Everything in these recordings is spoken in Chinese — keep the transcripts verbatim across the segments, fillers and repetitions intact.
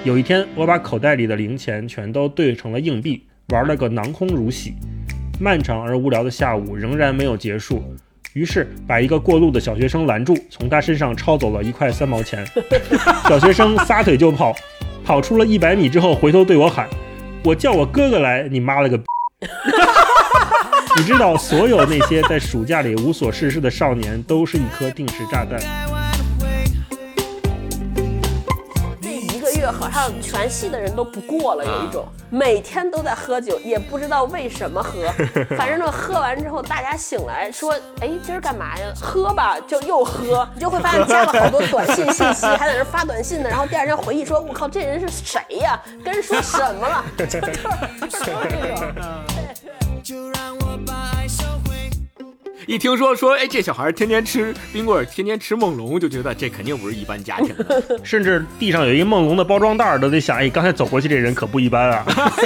有一天，我把口袋里的零钱全都兑成了硬币，玩了个囊空如洗。漫长而无聊的下午仍然没有结束，于是把一个过路的小学生拦住，从他身上抄走了一块三毛钱。小学生撒腿就跑，跑出了一百米之后，回头对我喊：“我叫我哥哥来，你妈了个逼！”你知道，所有那些在暑假里无所事事的少年，都是一颗定时炸弹。 好像全系的人都不过了，有一种每天都在喝酒，也不知道为什么喝，反正呢喝完之后大家醒来说，哎，今儿干嘛呀？喝吧，就又喝，你就会发现加了好多短信信息，还在那发短信呢，然后第二天回忆说，我靠，这人是谁呀？跟人说什么了？就就就是这种。就让我把爱收回。 一听说说，哎，这小孩天天吃冰棍，天天吃梦龙，就觉得这肯定不是一般家庭的。 甚至地上有一梦龙的包装袋，都得想，哎，刚才走过去这人可不一般啊。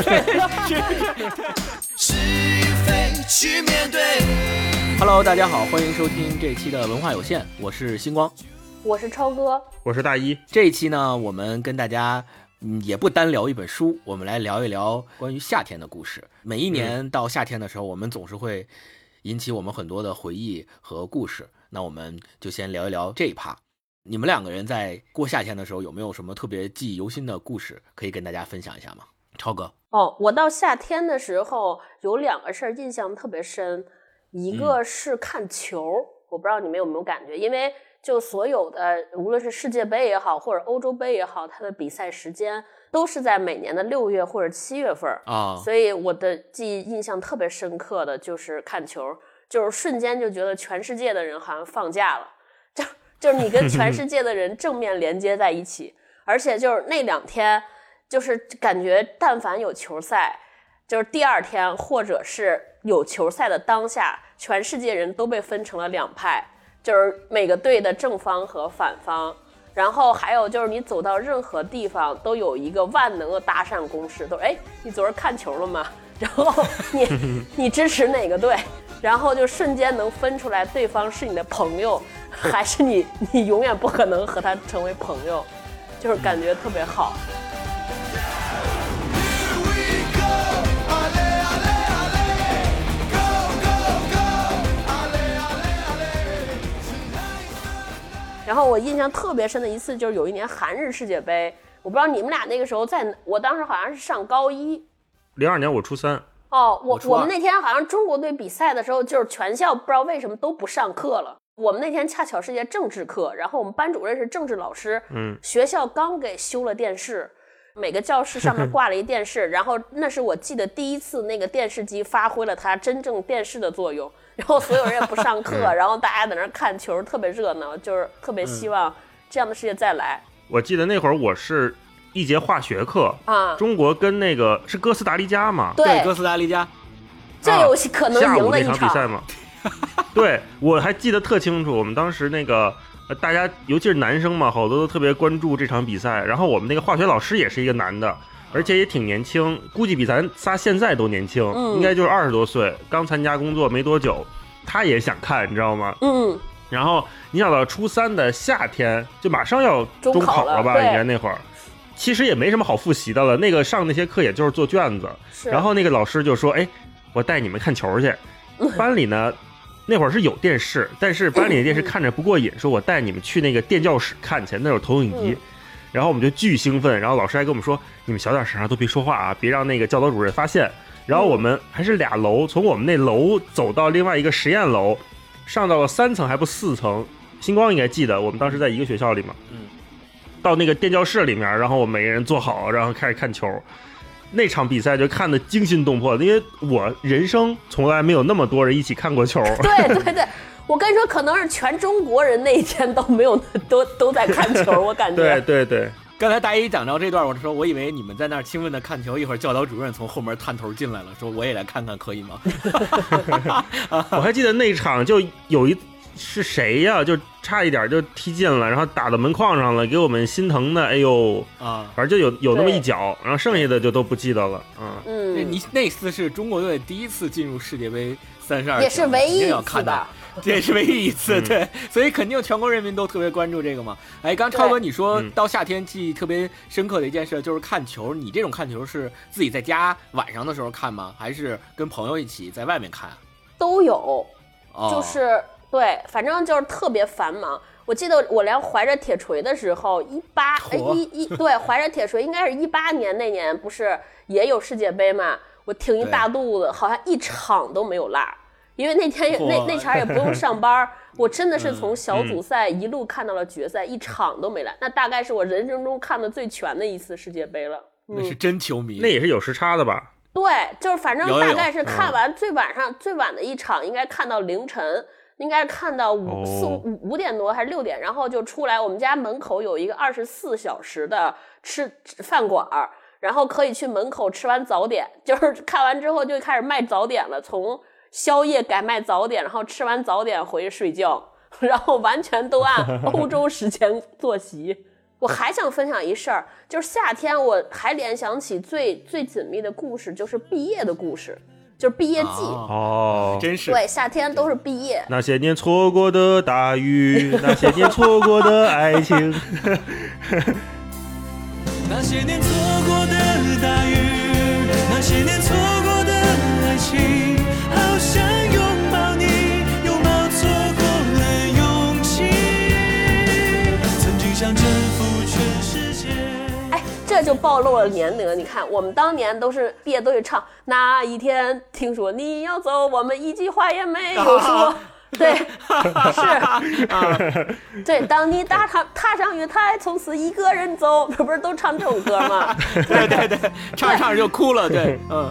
Hello， 大家好，欢迎收听这一期的文化有限，我是星光， 我是超哥， 我是大一。 这一期呢，我们跟大家。嗯，也不单聊一本书，我们来聊一聊关于夏天的故事。每一年到夏天的时候，我们总是会引起我们很多的回忆和故事。那我们就先聊一聊这一趴。你们两个人在过夏天的时候，有没有什么特别记忆犹新的故事可以跟大家分享一下吗？超哥。 哦，我到夏天的时候有两个事儿印象特别深，一个是看球，嗯、我不知道你们有没有感觉，因为就所有的无论是世界杯也好或者欧洲杯也好，它的比赛时间都是在每年的六月或者七月份啊，所以我的记忆印象特别深刻的就是看球，就是瞬间就觉得全世界的人好像放假了，就就是你跟全世界的人正面连接在一起而且就是那两天就是感觉但凡有球赛，就是第二天或者是有球赛的当下，全世界人都被分成了两派，就是每个队的正方和反方，然后还有就是你走到任何地方都有一个万能的搭讪公式，都哎，你昨儿看球了吗？然后你你支持哪个队？然后就瞬间能分出来对方是你的朋友，还是你你永远不可能和他成为朋友，就是感觉特别好。然后我印象特别深的一次就是有一年韩日世界杯，我不知道你们俩那个时候在，我当时好像是上高一， 零二年我初三。 哦，我我们那天好像中国队比赛的时候，就是全校不知道为什么都不上课了。我们那天恰巧是节政治课，然后我们班主任是政治老师，嗯，学校刚给修了电视，每个教室上面挂了一电视，然后那是我记得第一次那个电视机发挥了它真正电视的作用。然后所有人也不上课、嗯、然后大家在那看球，特别热闹，就是特别希望这样的世界再来、嗯、 我记得那会儿我是一节化学课啊，中国跟那个是哥斯达黎加嘛， 对, 对哥斯达黎加， 这游戏可能赢了一场、 啊、下午那场比赛嘛对，我还记得特清楚，我们当时那个大家尤其是男生嘛，好多都特别关注这场比赛，然后我们那个化学老师也是一个男的，而且也挺年轻，估计比咱仨现在都年轻、嗯、应该就是二十多岁，刚参加工作没多久，他也想看，你知道吗？ 嗯。 然后你想到初三的夏天，就马上要中考了吧？应该那会儿，其实也没什么好复习的了。那个上那些课也就是做卷子。然后那个老师就说：“哎，我带你们看球去。”班里呢，那会儿是有电视，但是班里的电视看着不过瘾，说我带你们去那个电教室看去，那有投影机。嗯，然后我们就巨兴奋，然后老师还跟我们说：“你们小点声啊，都别说话啊，别让那个教导主任发现。”然后我们还是俩楼，从我们那楼走到另外一个实验楼，上到了三层还不四层。星光应该记得，我们当时在一个学校里嘛。嗯。到那个电教室里面，然后我们每个人坐好，然后开始看球。那场比赛就看得惊心动魄，因为我人生从来没有那么多人一起看过球。 对对对。我跟你说，可能是全中国人那一天都没有都都在看球，我感觉。 对对对， 刚才大一讲到这段，我就说，我以为你们在那儿兴奋的看球，一会儿教导主任从后门探头进来了，说我也来看看，可以吗？ 我还记得那场就有一是谁呀、啊，就差一点就踢进了，然后打到门框上了，给我们心疼的，哎呦啊，反正就有有那么一脚，然后剩下的就都不记得了。嗯嗯， 你那次是中国队第一次进入世界杯三十二强， 也是唯一要看到。 这也是唯一一次，对，所以肯定全国人民都特别关注这个嘛。哎，刚超哥你说到夏天记忆特别深刻的一件事就是看球，你这种看球是自己在家晚上的时候看吗？还是跟朋友一起在外面看？ 都有， 哦、 就是对，反正就是特别繁忙。我记得我连怀着铁锤的时候，一八一一对怀着铁锤应该是一八年那年，不是也有世界杯嘛？我挺一大肚子，好像一场都没有落，因为那天那那场也不用上班，我真的是从小组赛一路看到了决赛，嗯、一场都没落。那大概是我人生中看的最全的一次世界杯了。 嗯、那是真球迷， 那也是有时差的吧？ 对，就是反正大概是看完最晚上、嗯、最晚的一场，应该看到凌晨。应该是看到五四五五点多还是六点，然后就出来。我们家门口有一个二十四小时的吃饭馆，然后可以去门口吃完早点，就是看完之后就开始卖早点了，从宵夜改卖早点，然后吃完早点回去睡觉，然后完全都按欧洲时间作息。我还想分享一事儿，就是夏天我还联想起最最紧密的故事，就是毕业的故事。就是毕业季哦， 真是对，夏天都是毕业。 那些年错过的大雨，那些年错过的爱情， 那些年错过的大雨，那些年错过的爱情，好想拥抱你，拥抱错过的勇气，曾经想征服全世界。 哎，这就暴露了年龄。你看，我们当年都是毕业都是唱那一天，听说你要走，我们一句话也没有说。啊、对，是，对，当你踏上踏上月台，从此一个人走，不是都唱这首歌吗？ 对对对，唱唱就哭了，对，嗯。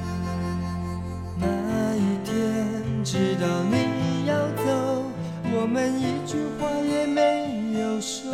那一天，知道你要走，我们一句话也没有说。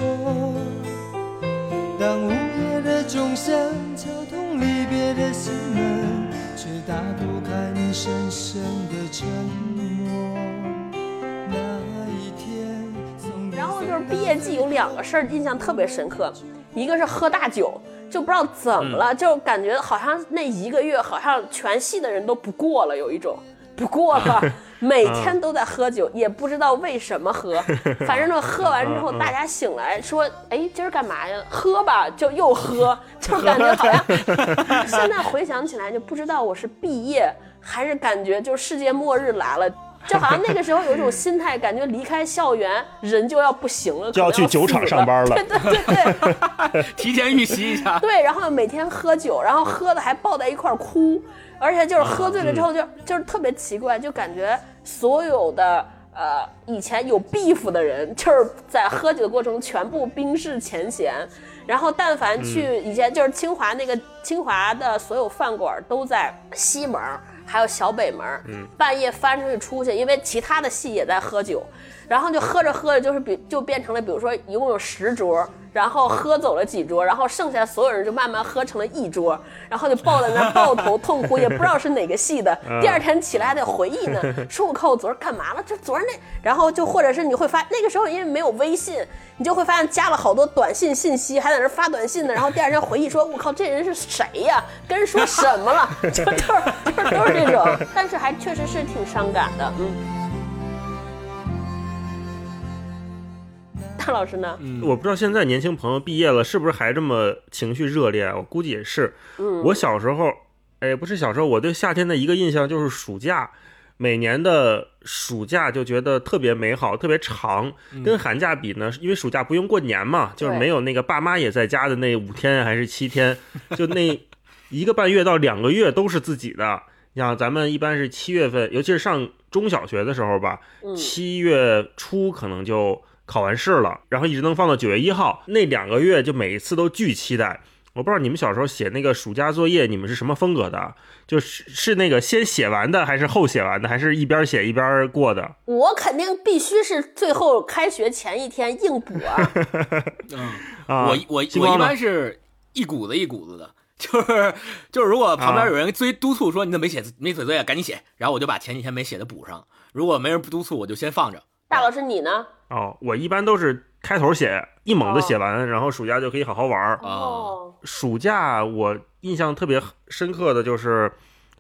当午夜的钟声敲痛离别的心门，却打不开你深深的沉默。那一天， 然后就是毕业季有两个事儿印象特别深刻，一个是喝大酒，就不知道怎么了，嗯、就感觉好像那一个月好像全系的人都不过了，有一种不过了。每天都在喝酒，也不知道为什么喝，反正呢喝完之后大家醒来说，哎，今儿干嘛呀？喝吧，就又喝，就感觉好像现在回想起来就不知道我是毕业还是感觉就世界末日来了，就好像那个时候有一种心态，感觉离开校园人就要不行了， 就要去酒厂上班了。 对对对对， 提前预习一下。 对，然后每天喝酒，然后喝的还抱在一块哭。而且就是喝醉了之后就、啊嗯、就是特别奇怪，就感觉所有的呃以前有 beef 的人，就是在喝酒的过程中全部冰释前嫌。然后但凡去以前就是清华那个、嗯、清华的所有饭馆都在西门还有小北门，嗯，半夜翻出去出去，因为其他的系也在喝酒，然后就喝着喝着就是比就变成了，比如说一共有十桌。然后喝走了几桌，然后剩下所有人就慢慢喝成了一桌，然后就抱在那抱头痛哭，也不知道是哪个系的。第二天起来还得回忆呢，说我靠，我昨儿干嘛了？这昨儿那，然后就或者是你会发那个时候因为没有微信，你就会发现加了好多短信信息，还在那发短信呢。然后第二天回忆说，我靠，这人是谁呀？跟人说什么了？就就是就是都是这种，但是还确实是挺伤感的，嗯。大老师呢？ 嗯，我不知道现在年轻朋友毕业了是不是还这么情绪热烈，我估计也是。嗯，我小时候，哎，不是小时候，我对夏天的一个印象就是暑假，每年的暑假就觉得特别美好，特别长。跟寒假比呢，因为暑假不用过年嘛，就是没有那个爸妈也在家的那五天还是七天，就那一个半月到两个月都是自己的。像咱们一般是七月份，尤其是上中小学的时候吧，七月初可能就考完试了，然后一直能放到九月一号，那两个月就每一次都巨期待。我不知道你们小时候写那个暑假作业，你们是什么风格的？就是是那个先写完的，还是后写完的，还是一边写一边过的？ 我肯定必须是最后开学前一天硬补啊。 嗯，我我我一般是一股子一股子的。就是就是，如果旁边有人追督促说你怎么没写没写作业，赶紧写，然后我就把前几天没写的补上。如果没人督促，我就先放着。 大老师你呢？ 哦，我一般都是开头写，一猛子写完，哦、然后暑假就可以好好玩。 哦， 暑假我印象特别深刻的就是，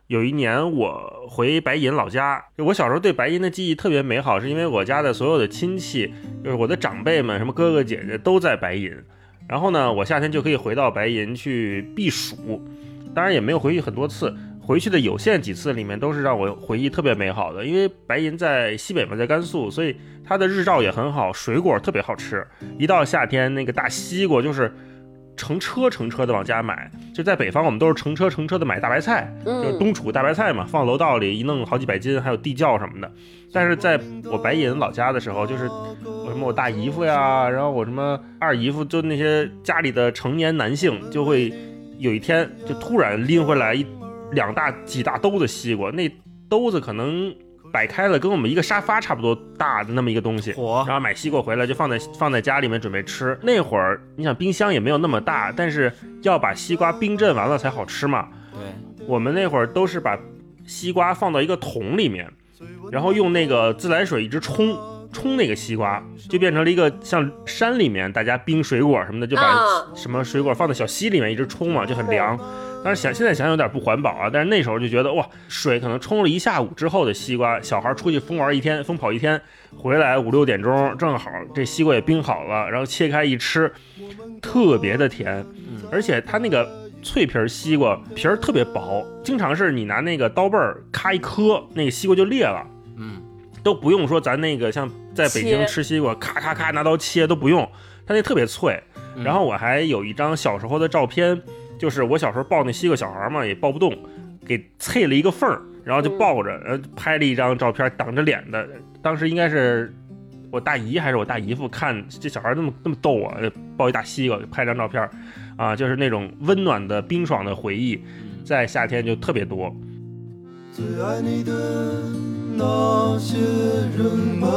有一年我回白银老家，我小时候对白银的记忆特别美好，是因为我家的所有的亲戚，就是我的长辈们，什么哥哥姐姐都在白银。然后呢，我夏天就可以回到白银去避暑，当然也没有回去很多次，回去的有限几次里面都是让我回忆特别美好的。因为白银在西北嘛，在甘肃，所以它的日照也很好，水果特别好吃。一到夏天，那个大西瓜就是成车成车的往家买，就在北方我们都是成车成车的买大白菜，就是冬储大白菜嘛，放楼道里一弄好几百斤，还有地窖什么的。但是在我白银老家的时候，就是我什么我大姨夫呀，然后我什么二姨夫，就那些家里的成年男性，就会有一天就突然拎回来一两大几大兜子西瓜，那兜子可能摆开了跟我们一个沙发差不多大的那么一个东西，然后买西瓜回来就放在放在家里面准备吃。那会儿你想冰箱也没有那么大，但是要把西瓜冰镇完了才好吃嘛。 对， 我们那会儿都是把西瓜放到一个桶里面，然后用那个自来水一直冲冲那个西瓜，就变成了一个像山里面大家冰水果什么的，就把什么水果放在小溪里面一直冲嘛，就很凉。但是想现在想想有点不环保啊，但是那时候就觉得哇，水可能冲了一下午之后的西瓜，小孩出去疯玩一天，疯跑一天，回来五六点钟正好这西瓜也冰好了，然后切开一吃，特别的甜，而且它那个脆皮西瓜皮儿特别薄，经常是你拿那个刀背儿咔一磕，那个西瓜就裂了， 嗯， 都不用说咱那个像在北京吃西瓜咔咔咔拿刀切都不用，它那特别脆。然后我还有一张小时候的照片，就是我小时候抱那西瓜小孩嘛，也抱不动，给啐了一个缝，然后就抱着，呃，拍了一张照片挡着脸的。当时应该是我大姨还是我大姨夫看这小孩那么那么逗啊，抱一大西瓜拍张照片，啊，就是那种温暖的冰爽的回忆，在夏天就特别多。 最爱你的那些人们，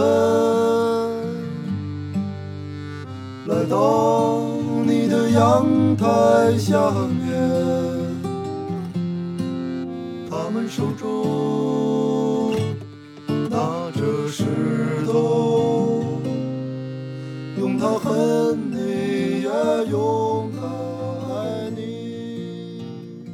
来到你的阳台下面，他们手中拿着石头，用它恨你，也用它爱你。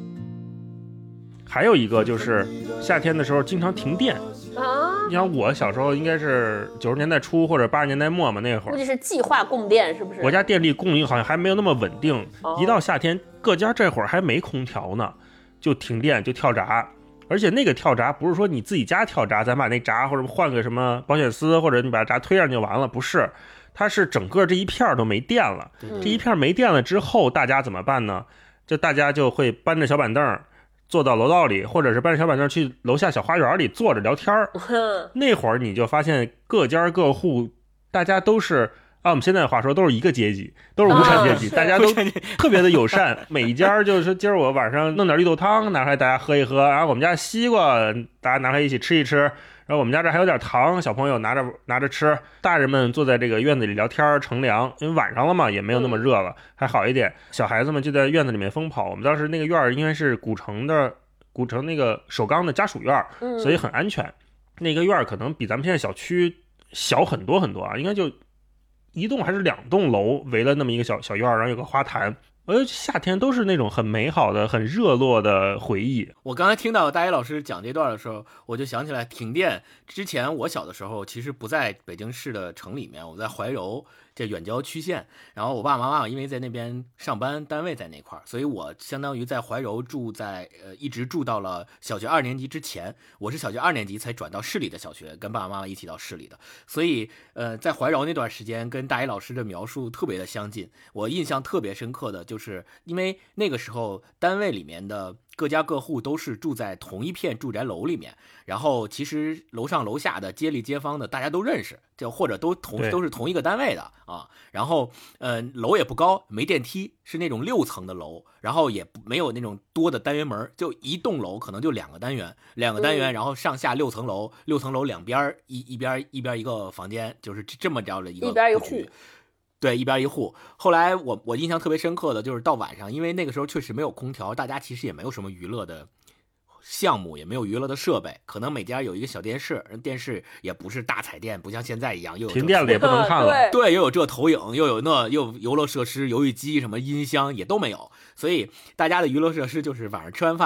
还有一个就是夏天的时候经常停电啊！ 你想我小时候应该是九十年代初或者八十年代末嘛，那会儿估计是计划供电，是不是？ 我家电力供应好像还没有那么稳定， 哦、 一到夏天各家这会儿还没空调呢，就停电就跳闸。而且那个跳闸不是说你自己家跳闸，咱把那闸或者换个什么保险丝，或者你把闸推上就完了，不是，它是整个这一片都没电了。 嗯、 这一片没电了之后，大家怎么办呢？就大家就会搬着小板凳坐到楼道里，或者是搬着小板凳去楼下小花园里坐着聊天儿。那会儿你就发现各家各户大家都是按我们现在的话说都是一个阶级，都是无产阶级， 啊、 大家都特别的友善。每一家就是说今儿我晚上弄点绿豆汤拿出来大家喝一喝，然后我们家西瓜大家拿出来一起吃一吃，然后我们家这还有点糖，小朋友拿着拿着吃，大人们坐在这个院子里聊天乘凉，因为晚上了嘛也没有那么热了，还好一点。小孩子们就在院子里面疯跑，我们当时那个院儿应该是古城的古城那个首钢的家属院，所以很安全。那个院儿可能比咱们现在小区小很多很多啊，应该就一栋还是两栋楼围了那么一个小小院，然后有个花坛。我觉得夏天都是那种很美好的、很热络的回忆。 我刚才听到大一老师讲这段的时候，我就想起来停电之前，我小的时候其实不在北京市的城里面，我在怀柔这远郊区县。然后我爸爸妈妈因为在那边上班，单位在那块儿，所以我相当于在怀柔住在呃一直住到了小学二年级之前。我是小学二年级才转到市里的小学，跟爸爸妈妈一起到市里的。所以呃，在怀柔那段时间，跟大一老师的描述特别的相近。我印象特别深刻的就是。就是因为那个时候单位里面的各家各户都是住在同一片住宅楼里面，然后其实楼上楼下的街里街坊的大家都认识，就或者都同都是同一个单位的啊。然后呃楼也不高，没电梯，是那种六层的楼，然后也没有那种多的单元门，就一栋楼可能就两个单元，两个单元，然后上下六层楼，六层楼两边一一边一边一个房间，就是这么着的一个一边一户。 对，一边一户。后来我我印象特别深刻的就是到晚上，因为那个时候确实没有空调，大家其实也没有什么娱乐的项目，也没有娱乐的设备，可能每家有一个小电视，电视也不是大彩电，不像现在一样又有停电了也不能看了， 对，又有这投影，又有那又游乐设施，游戏机什么音箱也都没有，所以大家的娱乐设施就是晚上吃完饭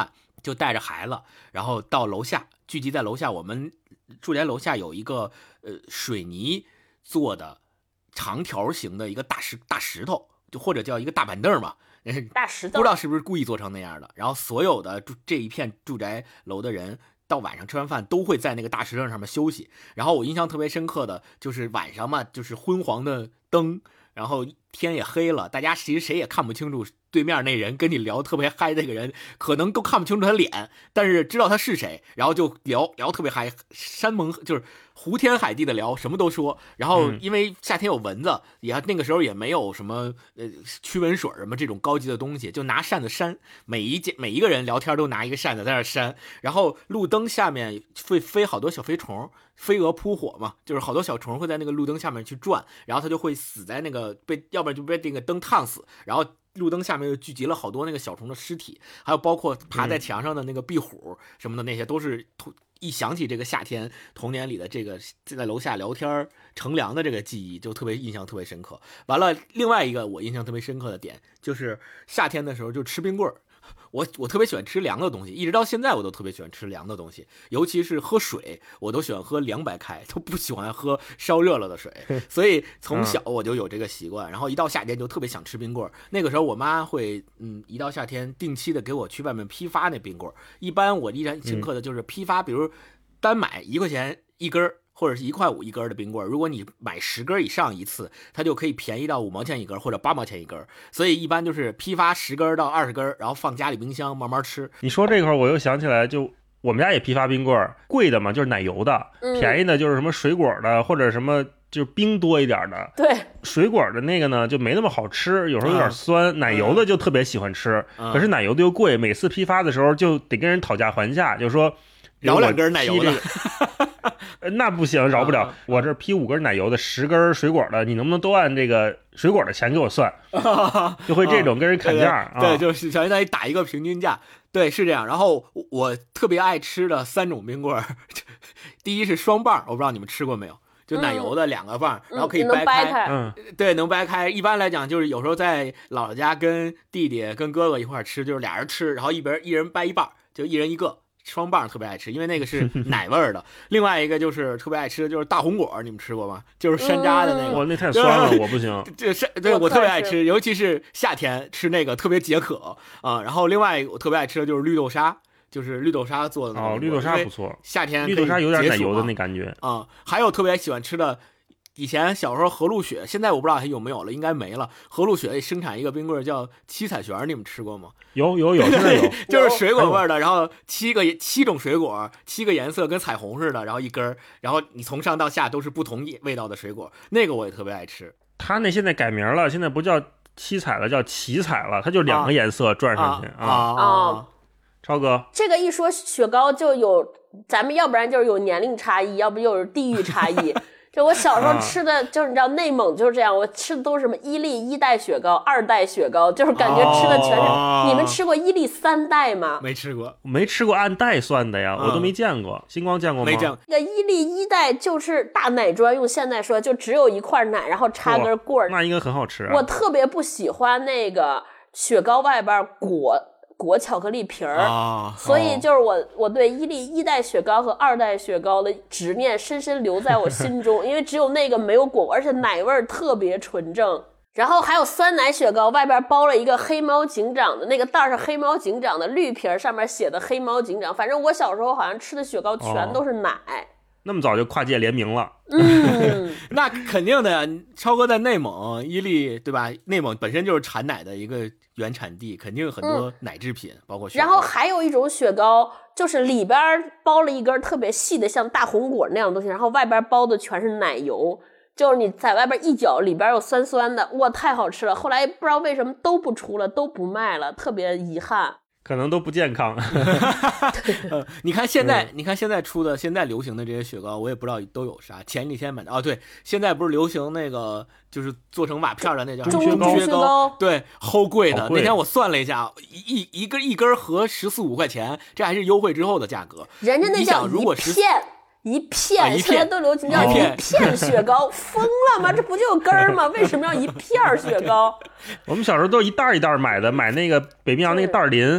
就带着孩子，然后到楼下聚集在楼下。我们住宅楼下有一个呃水泥做的长条形的一个大石大石头，就或者叫一个大板凳嘛。 大石头不知道是不是故意做成那样的。然后所有的住这一片住宅楼的人，到晚上吃完饭都会在那个大石凳上面休息。然后我印象特别深刻的就是晚上嘛，就是昏黄的灯，然后天也黑了，大家其实谁也看不清楚对面那人跟你聊特别嗨，那个人可能都看不清楚他脸，但是知道他是谁，然后就聊聊特别嗨，山盟就是胡天海地的聊，什么都说。然后因为夏天有蚊子，嗯、也那个时候也没有什么呃驱蚊水什么这种高级的东西，就拿扇子扇，每一每一个人聊天都拿一个扇子在那扇。然后路灯下面会飞好多小飞虫，飞蛾扑火嘛，就是好多小虫会在那个路灯下面去转，然后它就会死在那个被，要不然就被那个灯烫死，然后路灯下面又聚集了好多那个小虫的尸体，还有包括爬在墙上的那个壁虎什么的，那些都是一想起这个夏天童年里的这个在楼下聊天乘凉的这个记忆，就特别印象特别深刻。完了，另外一个我印象特别深刻的点就是夏天的时候就吃冰棍儿。我我特别喜欢吃凉的东西，一直到现在我都特别喜欢吃凉的东西，尤其是喝水，我都喜欢喝凉白开，都不喜欢喝烧热了的水。所以从小我就有这个习惯，然后一到夏天就特别想吃冰棍儿。那个时候我妈会，嗯，一到夏天定期的给我去外面批发那冰棍儿。一般我印象深刻的就是批发，比如单买一块钱一根儿。或者是一块五一根的冰棍，如果你买十根以上一次，它就可以便宜到五毛钱一根或者八毛钱一根。所以一般就是批发十根到二十根，然后放家里冰箱慢慢吃。 你说这块我又想起来，就我们家也批发冰棍，贵的嘛就是奶油的， 嗯、 便宜的就是什么水果的或者什么就是冰多一点的。 对， 水果的那个呢就没那么好吃，有时候有点酸。嗯、奶油的就特别喜欢吃， 嗯、 可是奶油的又贵，每次批发的时候就得跟人讨价还价，就说饶两根奶油的。 那不行，饶不了。啊、我这批五根奶油的，十根水果的，你能不能都按这个水果的钱给我算？啊、就会这种跟人砍价。 啊、对, 对, 对，就是相当于打一个平均价。对，是这样。然后我特别爱吃的三种冰棍，第一是双棒，我不知道你们吃过没有？就奶油的两个棒， 嗯、 然后可以掰开。 嗯， 对，能掰开。一般来讲，就是有时候在姥姥家跟弟弟、跟哥哥一块吃，就是俩人吃，然后一边一人掰一半，就一人一个。双棒特别爱吃，因为那个是奶味儿的。另外一个就是特别爱吃的就是大红果，你们吃过吗？就是山楂的那个。 哇、嗯，那太酸了，我不行。 这是对我特别爱吃，尤其是夏天吃那个特别解渴啊、呃。然后另外一个我特别爱吃的就是绿豆沙，就是绿豆沙做的那个。 哦，绿豆沙不错。 夏天绿豆沙有点奶油的那感觉啊、嗯。还有特别喜欢吃的。以前小时候和路雪，现在我不知道还有没有了，应该没了。和路雪生产一个冰棍叫七彩旋，你们吃过吗？ 有有有，现在有， 就是水果味的，然后七个七种水果，七个颜色跟彩虹似的，然后一根，然后你从上到下都是不同味道的水果，那个我也特别爱吃。 它那现在改名了，现在不叫七彩了，叫奇彩了，它就两个颜色转上去啊啊！ 啊超哥， 这个一说雪糕就有，咱们要不然就是有年龄差异，要不就是地域差异。就我小时候吃的，就是你知道内蒙就是这样，我吃的都是什么伊利一代雪糕、二代雪糕，就是感觉吃的全是。哦、你们吃过伊利三代吗？ 没吃过， 没吃过按代算的呀，嗯、我都没见过。星光见过吗？ 没见过。 那个伊利一代就是大奶砖，用现在说就只有一块奶，然后插根棍儿、哦， 那应该很好吃啊。 我特别不喜欢那个雪糕外边裹。裹巧克力皮儿、 啊、 所以就是我我对伊利一代雪糕和二代雪糕的执念深深留在我心中，因为只有那个没有裹，而且奶味儿特别纯正。然后还有酸奶雪糕，外边包了一个黑猫警长的那个袋是黑猫警长的绿皮儿，上面写的黑猫警长。反正我小时候好像吃的雪糕全都是奶。哦， 那么早就跨界联名了。 嗯， 那肯定的呀。超哥在内蒙伊利对吧？内蒙本身就是产奶的一个原产地，肯定很多奶制品，嗯、包括雪糕。 然后还有一种雪糕，就是里边包了一根特别细的像大红果那样的东西，然后外边包的全是奶油，就是你在外边一搅，里边有酸酸的，哇，太好吃了。后来不知道为什么都不出了，都不卖了，特别遗憾。 可能都不健康。 呃、你看现在、嗯，你看现在出的、现在流行的这些雪糕，我也不知道都有啥。前几天买的，哦，对，现在不是流行那个，就是做成瓦片的那叫中雪糕， 雪糕， 对，齁贵的。 贵那天我算了一下，一一根一根合十四五块钱，这还是优惠之后的价格。 人家那叫一片。一片、 啊、一片现在都流行叫一片雪糕，疯了吗？这不就有根儿吗？为什么要一片雪糕？ 我们小时候都一袋一袋买的，买那个北冰洋那个袋林，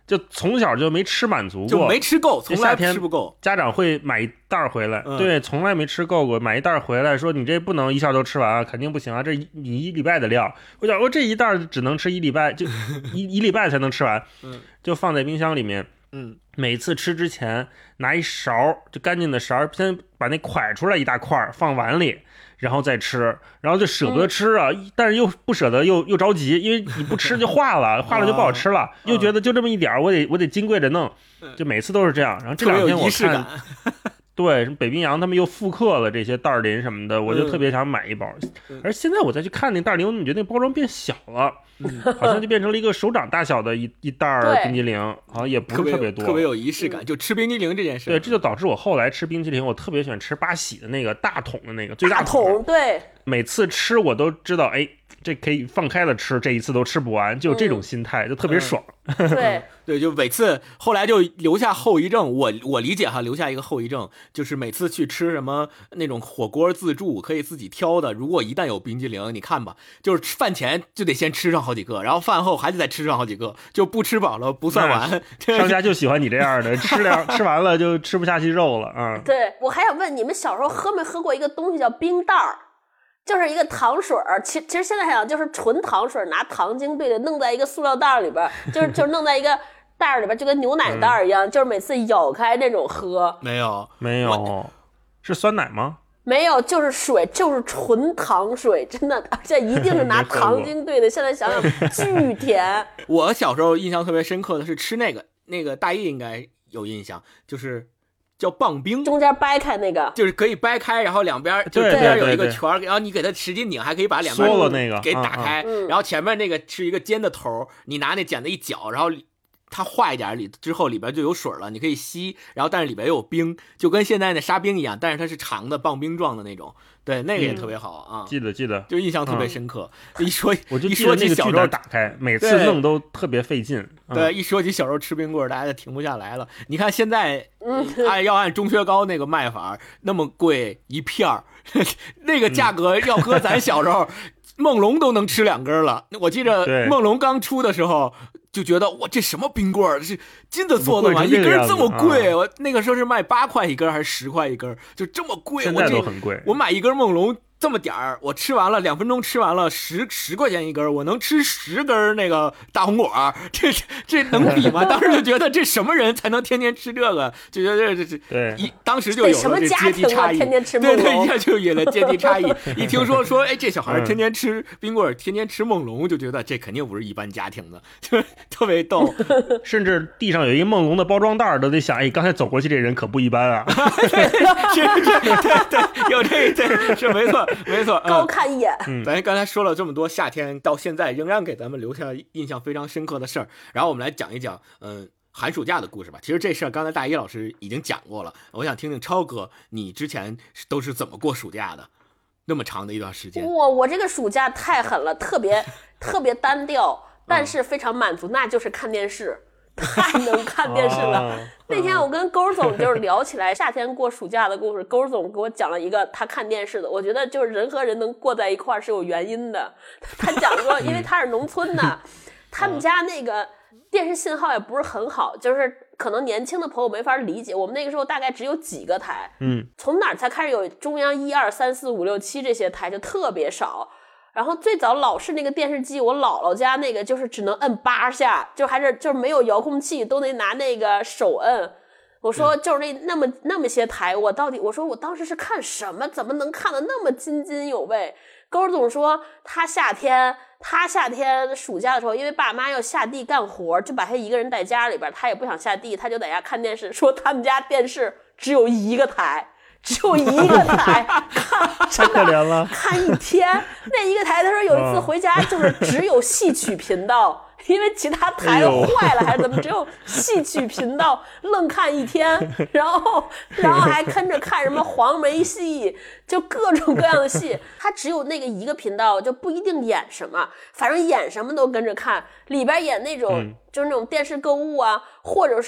就从小就没吃满足过， 就没吃够，从来吃不够。 家长会买一袋回来， 嗯、 对，从来没吃够过，买一袋回来说你这不能一下就吃完啊，肯定不行啊，这你一礼拜的量。我想我这一袋只能吃一礼拜，就一一礼拜才能吃完， 嗯， 就放在冰箱里面， 嗯， 每次吃之前拿一勺就干净的勺，先把那蒯出来一大块放碗里。然后再吃，然后就舍不得吃啊，嗯、但是又不舍得又，又又着急，因为你不吃就化了，化了就不好吃了，啊、又觉得就这么一点我得我得金贵着弄，就每次都是这样。然后这两天我看，对，北冰洋他们又复刻了这些袋林什么的，我就特别想买一包。嗯、而现在我再去看那袋林，我怎么觉得那包装变小了？嗯、好像就变成了一个手掌大小的一一袋冰激凌，好像也不是特别多， 特别有仪式感。就吃冰激凌这件事， 对，这就导致我后来吃冰激凌，我特别喜欢吃八喜的那个大桶的那个最大桶，对， 每次吃我都知道，哎，这可以放开了吃，这一次都吃不完，就这种心态、嗯、就特别爽。 嗯、对对，就每次后来就留下后遗症，我我理解哈，留下一个后遗症，就是每次去吃什么那种火锅自助可以自己挑的，如果一旦有冰激凌，你看吧，就是饭前就得先吃上好几个，然后饭后还得再吃上好几个，就不吃饱了不算完。 商家就喜欢你这样的，吃两吃完了就吃不下去肉了啊、嗯。 对，我还想问你们小时候喝没喝过一个东西叫冰袋儿？就是一个糖水儿，其其实现在想就是纯糖水，拿糖精兑的，弄在一个塑料袋里边，就是就是弄在一个袋里边，就跟牛奶袋一样，嗯、就是每次舀开那种喝。 没有， 没有，是酸奶吗？ 没有，就是水，就是纯糖水，真的，而且一定是拿糖精兑的。现在想想，巨甜。 我小时候印象特别深刻的是吃那个，那个大一应该有印象，就是叫棒冰， 中间掰开那个， 就是可以掰开，然后两边就中边有一个圈，然后你给它使劲拧，还可以把两边缩了那个给打开， 嗯嗯、 然后前面那个是一个尖的头，你拿那剪子一搅，然后它化一点里之后里边就有水了，你可以吸，然后但是里边又有冰，就跟现在的沙冰一样，但是它是长的棒冰状的那种，对，那个也特别好啊， 嗯、记得记得， 就印象特别深刻。嗯、一说我就一说起小时候打开，每次弄都特别费劲。 对，嗯、一说起小时候吃冰棍，大家就停不下来了。你看现在，按要按钟薛高那个卖法，那么贵一片儿，那个价格要搁咱小时候。梦龙都能吃两根了，我记着梦龙刚出的时候就觉得哇，这什么冰棍儿是金子做的吗？一根这么贵，我、啊、那个时候是卖八块一根还是十块一根，就这么贵。 现在都很贵。 我买一根梦龙这么点儿，我吃完了两分钟吃完了十十块钱一根，我能吃十根那个大红果，这这能比吗？当时就觉得这什么人才能天天吃这个？就觉得这这对， 一当时就有了这阶级差异， 天天吃对对，一下就有了阶级差异。一听说说，哎，这小孩天天吃冰棍，天天吃梦龙，就觉得这肯定不是一般家庭的，就特别逗。 甚至地上有一梦龙的包装袋，都得想，哎，刚才走过去这人可不一般啊！ 对，是是，对对，有这对是没错。没错， 高看一眼。 嗯，咱刚才说了这么多夏天，到现在仍然给咱们留下印象非常深刻的事儿。然后我们来讲一讲，嗯，寒暑假的故事吧。其实这事儿刚才大一老师已经讲过了，我想听听超哥，你之前都是怎么过暑假的？那么长的一段时间。 哇，我这个暑假太狠了，特别特别单调，但是非常满足，嗯、那就是看电视。太能看电视了、哦、那天我跟勾总就是聊起来夏天过暑假的故事，勾总给我讲了一个他看电视的，我觉得就是人和人能过在一块儿是有原因的。他讲说因为他是农村的，他们家那个电视信号也不是很好，就是可能年轻的朋友没法理解，我们那个时候大概只有几个台， 嗯， 从哪儿才开始有中央一二三四五六七这些台就特别少。然后最早老式那个电视机，我姥姥家那个就是只能摁八下，就还是就是没有遥控器，都得拿那个手摁。我说就是那那么那么些台，我到底我说我当时是看什么，怎么能看得那么津津有味？勾总说他夏天他夏天暑假的时候，因为爸妈要下地干活，就把他一个人在家里边，他也不想下地，他就在家看电视。说他们家电视只有一个台。只有一个台，看太可怜了， 看一天。那一个台，他说有一次回家就是只有戏曲频道，因为其他台坏了还是怎么，只有戏曲频道，愣看一天。然后，然后还跟着看什么黄梅戏，就各种各样的戏。他只有那个一个频道，就不一定演什么，反正演什么都跟着看。里边演那种、嗯、就是那种电视购物啊，或者是。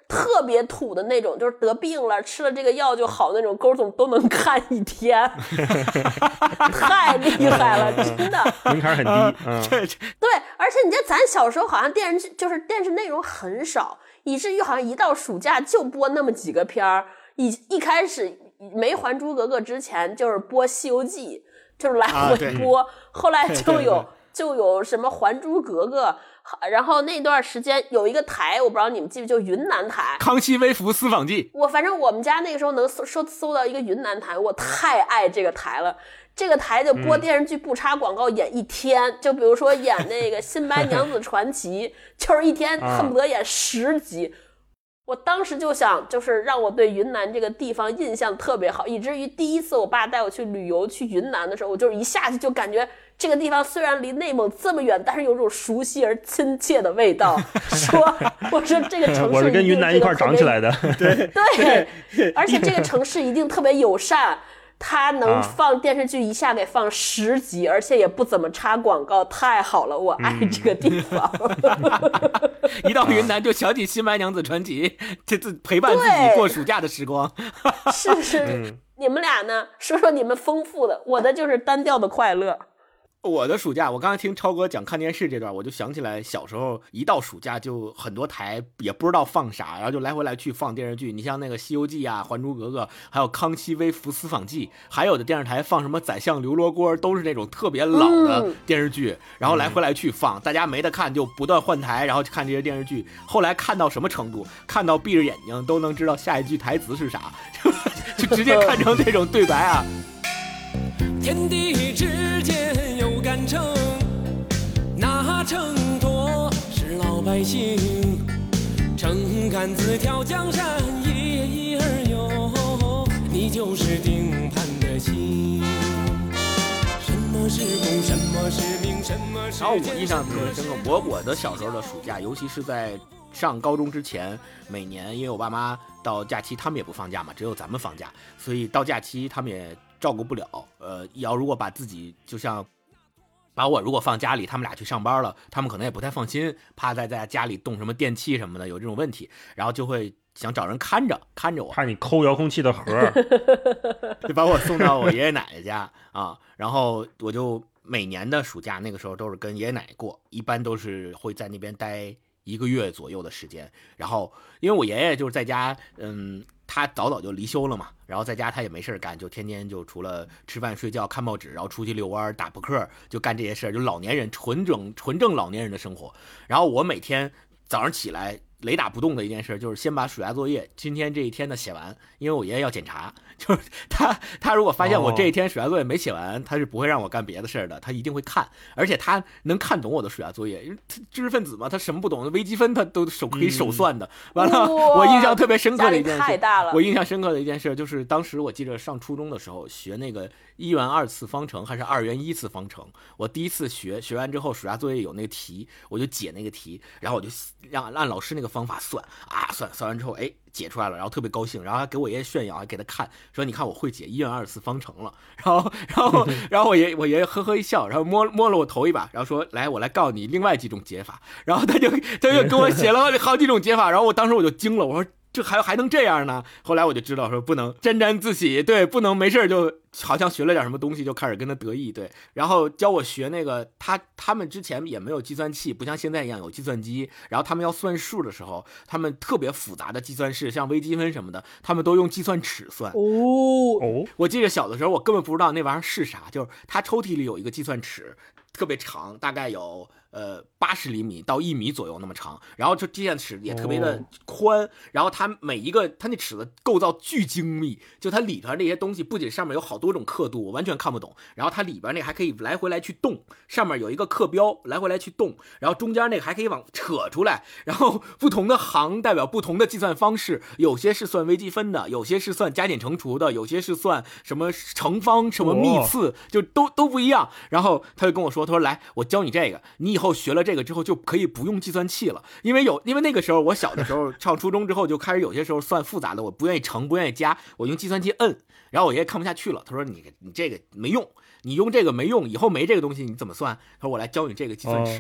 特别土的那种，就是得病了吃了这个药就好那种钩总都能看一天太厉害了真的门槛很低、嗯、 对，而且你这咱小时候好像电视剧就是电视内容很少，以至于好像一到暑假就播那么几个片儿，一一开始没还珠格格之前就是播西游记，就是来回播、啊、后来就有就有什么还珠格格，然后那段时间有一个台我不知道你们记不记得，就云南台康熙微服私访记， 我反正我们家那个时候能搜搜搜到一个云南台，我太爱这个台了，这个台就播电视剧不插广告演一天、嗯、就比如说演那个新白娘子传奇就是一天恨不得演十集、啊，我当时就想就是让我对云南这个地方印象特别好，以至于第一次我爸带我去旅游去云南的时候，我就是一下去就感觉这个地方虽然离内蒙这么远，但是有种熟悉而亲切的味道说我说这个城市我是跟云南一块长起来的对对，而且这个城市一定特别友善，他能放电视剧一下给放十集、啊、而且也不怎么插广告，太好了，我爱这个地方、 嗯、一到云南就想起新白娘子传奇，这次陪伴自己过暑假的时光是是、嗯、你们俩呢说说你们丰富的，我的就是单调的快乐。 我的暑假，我刚才听超哥讲看电视这段，我就想起来小时候一到暑假就很多台也不知道放啥，然后就来回来去放电视剧。你像那个《西游记》啊，《还珠格格》，还有《康熙微服私访记》，还有的电视台放什么《宰相刘罗锅》，都是那种特别老的电视剧，嗯、然后来回来去放，大家没得看就不断换台，然后看这些电视剧。后来看到什么程度？看到闭着眼睛都能知道下一句台词是啥，就直接看成这种对白啊。 天地之间有杆秤，那秤砣是老百姓，秤杆子挑江山，一一而有，你就是定盘的心。什么是功，什么是名，什么是然后我印象特别深刻，我我的小时候的暑假，尤其是在上高中之前，每年因为我爸妈到假期他们也不放假嘛，只有咱们放假，所以到假期他们也照顾不了，呃，要如果把自己就像把我如果放家里，他们俩去上班了，他们可能也不太放心，怕在在家里动什么电器什么的有这种问题，然后就会想找人看着看着我， 怕你抠遥控器的盒就把我送到我爷爷奶奶家啊，然后我就每年的暑假那个时候都是跟爷爷奶奶过，一般都是会在那边待一个月左右的时间，然后因为我爷爷就是在家，嗯，他早早就离休了嘛，然后在家他也没事干，就天天就除了吃饭睡觉看报纸，然后出去遛弯打扑克，就干这些事，就老年人纯正纯正老年人的生活。然后我每天早上起来雷打不动的一件事就是先把暑假作业今天这一天的写完，因为我爷爷要检查，就是他他如果发现我这一天暑假作业没写完，他是不会让我干别的事的，他一定会看，而且他能看懂我的暑假作业，因为他知识分子嘛，他什么不懂，微积分他都手可以手算的。完了，我印象特别深刻的一件事， 太大了。 我印象深刻的一件事就是当时我记得上初中的时候学那个一元二次方程还是二元一次方程，我第一次学学完之后暑假作业有那个题，我就解那个题，然后我就让按老师那个方法算啊，算算完之后，哎，解出来了，然后特别高兴，然后还给我爷爷炫耀，还给他看，说你看我会解一元二次方程了。然后，然后，然后我爷我爷爷呵呵一笑，然后摸摸了我头一把，然后说：“来，我来告诉你另外几种解法。”然后他就他就给我写了好几种解法，然后我当时我就惊了，我说。这还还能这样呢？后来我就知道说不能沾沾自喜，对，不能没事就好像学了点什么东西就开始跟他得意，对。然后教我学那个，他他们之前也没有计算器，不像现在一样有计算机。然后他们要算数的时候，他们特别复杂的计算式，像微积分什么的，他们都用计算尺算。 哦哦， 我记得小的时候我根本不知道那玩意儿是啥，就是他抽屉里有一个计算尺，特别长，大概有。呃，八十厘米到一米左右那么长，然后就计算尺也特别的宽，哦、然后它每一个它那尺子构造巨精密，就它里头那些东西不仅上面有好多种刻度，我完全看不懂，然后它里边那还可以来回来去动，上面有一个刻标来回来去动，然后中间那个还可以往扯出来，然后不同的行代表不同的计算方式，有些是算微积分的，有些是算加减乘除的，有些是算什么乘方什么幂次，哦、就都都不一样。然后他就跟我说，他说来，我教你这个，你以后学了这个之后就可以不用计算器了，因为有因为那个时候我小的时候上初中之后就开始有些时候算复杂的我不愿意乘不愿意加，我用计算器摁，然后我爷爷看不下去了，他说你你这个没用，你用这个没用，以后没这个东西你怎么算？他说我来教你这个计算尺。哦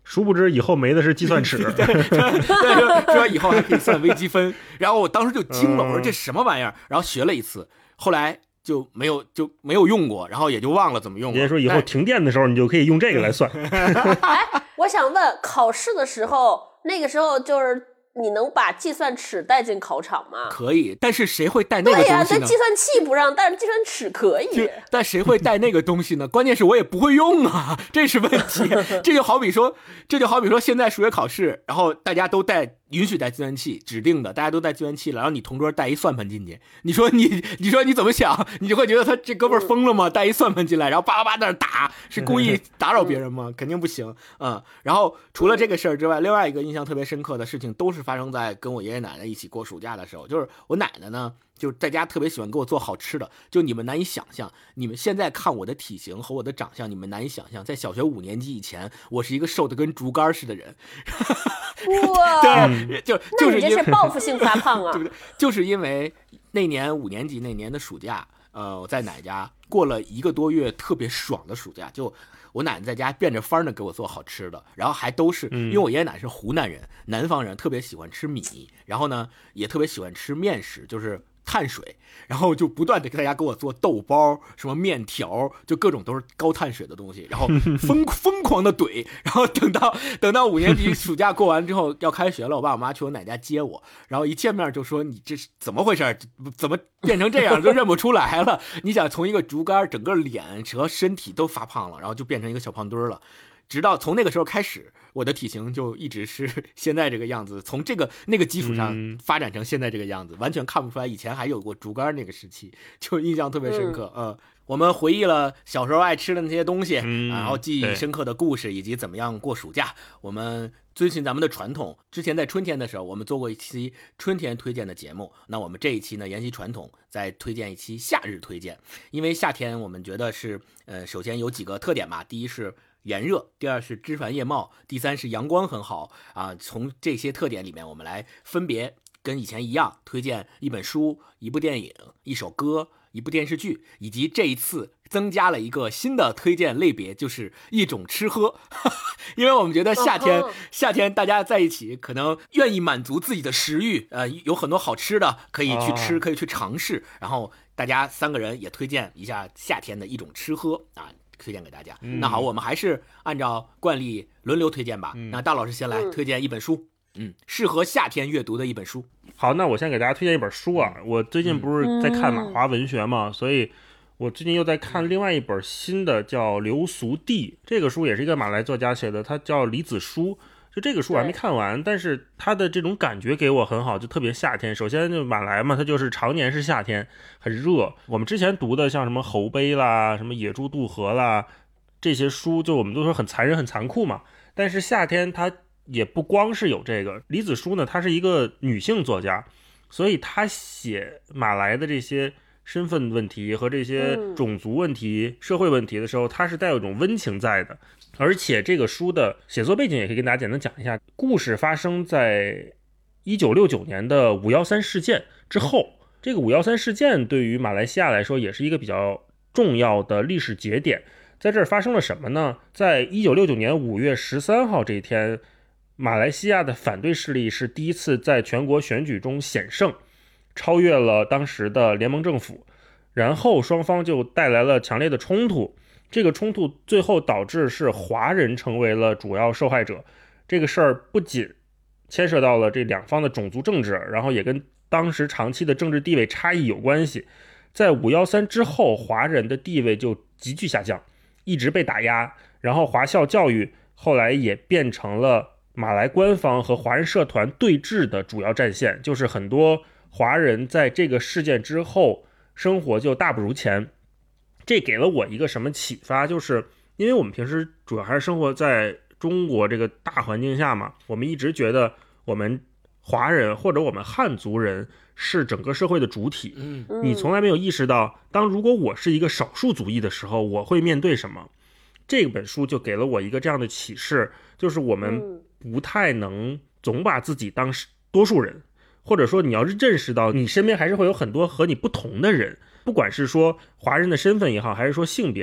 殊不知以后没的是计算尺。 对对对，说以后还可以算微积分。然后我当时就惊了，我说这什么玩意儿？然后学了一次，后来就没有就没有用过，然后也就忘了怎么用了。 也说以后停电的时候，你就可以用这个来算。 哎，我想问，考试的时候，那个时候就是你能把计算尺带进考场吗？ 可以，但是谁会带那个东西呢？ 对呀、啊，这计算器不让，但是计算尺可以。 但谁会带那个东西呢？关键是我也不会用啊，这是问题。这就好比说，这就好比说，现在数学考试，然后大家都带。允许带计算器，指定的，大家都带计算器了，然后你同桌带一算盘进去，你说你，你说你怎么想？你就会觉得他这哥们儿疯了吗？带一算盘进来，然后叭叭叭在那打，是故意打扰别人吗？肯定不行，嗯。然后除了这个事儿之外，另外一个印象特别深刻的事情，都是发生在跟我爷爷奶奶一起过暑假的时候。就是我奶奶呢，就在家特别喜欢给我做好吃的，就你们难以想象，你们现在看我的体型和我的长相，你们难以想象，在小学五年级以前，我是一个瘦的跟竹竿似的人。 哇， 对，就就是因为这是报复性发胖啊， 对不对？就是因为那年五年级那年的暑假，呃，我在奶家过了一个多月特别爽的暑假，就我奶奶在家变着法儿的给我做好吃的，然后还都是、嗯、因为我爷爷奶奶是湖南人，南方人，特别喜欢吃米，然后呢也特别喜欢吃面食，就是碳水，然后就不断的给大家给我做豆包，什么面条，就各种都是高碳水的东西，然后疯疯狂的怼，然后等到等到五年级暑假过完之后要开学了，我爸我妈去我奶家接我，然后一见面就说你这是怎么回事，怎么变成这样，都认不出来了。你想从一个竹竿，整个脸和身体都发胖了，然后就变成一个小胖墩了。直到从那个时候开始，我的体型就一直是现在这个样子，从这个那个基础上发展成现在这个样子，嗯、完全看不出来以前还有过竹竿那个时期，就印象特别深刻。嗯，呃、我们回忆了小时候爱吃的那些东西，嗯、然后记忆深刻的故事，以及怎么样过暑假。我们遵循咱们的传统，之前在春天的时候，我们做过一期春天推荐的节目。那我们这一期呢，沿袭传统，再推荐一期夏日推荐。因为夏天我们觉得是，呃，首先有几个特点吧，第一是炎热，第二是枝繁叶茂，第三是阳光很好啊。从这些特点里面，我们来分别跟以前一样推荐一本书、一部电影、一首歌、一部电视剧，以及这一次增加了一个新的推荐类别，就是一种吃喝。因为我们觉得夏天，夏天大家在一起，可能愿意满足自己的食欲，呃，有很多好吃的可以去吃，可以去尝试。然后大家三个人也推荐一下夏天的一种吃喝啊。推荐给大家、嗯、那好，我们还是按照惯例轮流推荐吧、嗯、那大老师先来推荐一本书，嗯，适合夏天阅读的一本书。 好，那我先给大家推荐一本书啊，我最近不是在看马华文学嘛、嗯、所以我最近又在看另外一本新的叫《流俗地》，这个书也是一个马来作家写的，他叫李子书。就这个书我还没看完，但是它的这种感觉给我很好，就特别夏天。首先就马来嘛，它就是常年是夏天，很热。我们之前读的像什么侯碑啦、什么野猪渡河啦，这些书就我们都说很残忍很残酷嘛。但是夏天它也不光是有这个。李子书呢，她是一个女性作家，所以她写马来的这些身份问题和这些种族问题、社会问题的时候，她是带有一种温情在的。而且这个书的写作背景也可以跟大家简单讲一下，故事发生在一九六九年的五一三事件之后。这个五一三事件对于马来西亚来说也是一个比较重要的历史节点。在这儿发生了什么呢？在一九六九年五月十三号这一天，马来西亚的反对势力是第一次在全国选举中险胜，超越了当时的联盟政府，然后双方就带来了强烈的冲突。这个冲突最后导致是华人成为了主要受害者。这个事儿不仅牵涉到了这两方的种族政治，然后也跟当时长期的政治地位差异有关系。在五一三之后，华人的地位就急剧下降，一直被打压，然后华校教育后来也变成了马来官方和华人社团对峙的主要战线，就是很多华人在这个事件之后生活就大不如前。这给了我一个什么启发，就是因为我们平时主要还是生活在中国这个大环境下嘛，我们一直觉得我们华人或者我们汉族人是整个社会的主体，嗯，你从来没有意识到，当如果我是一个少数族裔的时候，我会面对什么。这本书就给了我一个这样的启示，就是我们不太能总把自己当多数人，或者说你要是认识到你身边还是会有很多和你不同的人，不管是说华人的身份也好，还是说性别，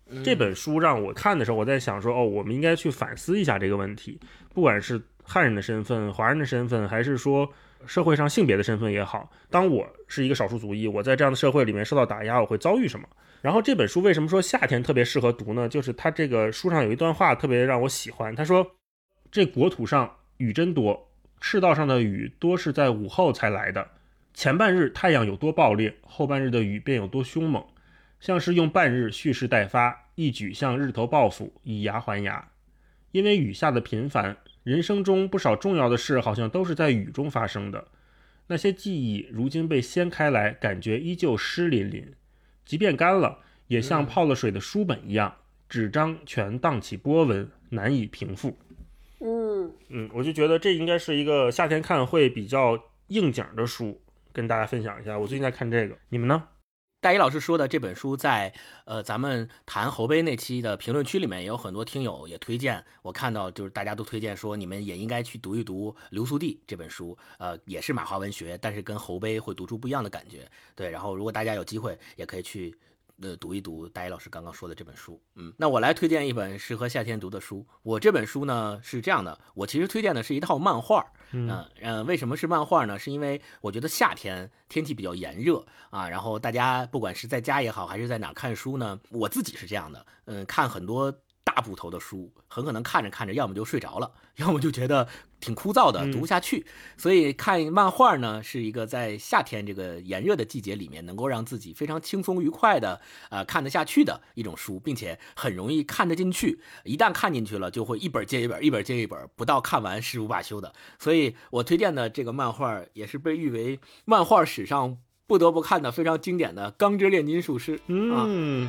这本书让我看的时候，我在想说，哦，我们应该去反思一下这个问题，不管是汉人的身份、华人的身份，还是说社会上性别的身份也好，当我是一个少数族裔，我在这样的社会里面受到打压，我会遭遇什么？然后这本书为什么说夏天特别适合读呢？就是它这个书上有一段话特别让我喜欢，他说这国土上雨真多，赤道上的雨多是在午后才来的，前半日太阳有多暴烈，后半日的雨便有多凶猛，像是用半日蓄势待发，一举向日头报复，以牙还牙。因为雨下的频繁，人生中不少重要的事好像都是在雨中发生的，那些记忆如今被掀开来，感觉依旧湿淋淋，即便干了，也像泡了水的书本一样，纸张全荡起波纹，难以平复。 嗯嗯，我就觉得这应该是一个夏天看会比较应景的书，跟大家分享一下。我最近在看这个，你们呢？ 大一老师说的这本书在呃咱们谈侯碑那期的评论区里面也有很多听友也推荐，我看到就是大家都推荐说你们也应该去读一读刘苏地这本书，呃也是马华文学，但是跟侯碑会读出不一样的感觉。对，然后如果大家有机会也可以去呃读一读大一老师刚刚说的这本书。嗯，那我来推荐一本适合夏天读的书。我这本书呢是这样的，我其实推荐的是一套漫画。嗯、呃呃，为什么是漫画呢？是因为我觉得夏天天气比较炎热啊，然后大家不管是在家也好，还是在哪看书呢，我自己是这样的，嗯、呃，看很多大部头的书，很可能看着看着，要么就睡着了，要么就觉得挺枯燥的，读不下去。嗯、所以看漫画呢，是一个在夏天这个炎热的季节里面，能够让自己非常轻松愉快的呃看得下去的一种书，并且很容易看得进去。一旦看进去了，就会一本接一本，一本接一本，不到看完誓不罢休的。所以我推荐的这个漫画也是被誉为漫画史上不得不看的非常经典的《钢之炼金术师》。 嗯。 啊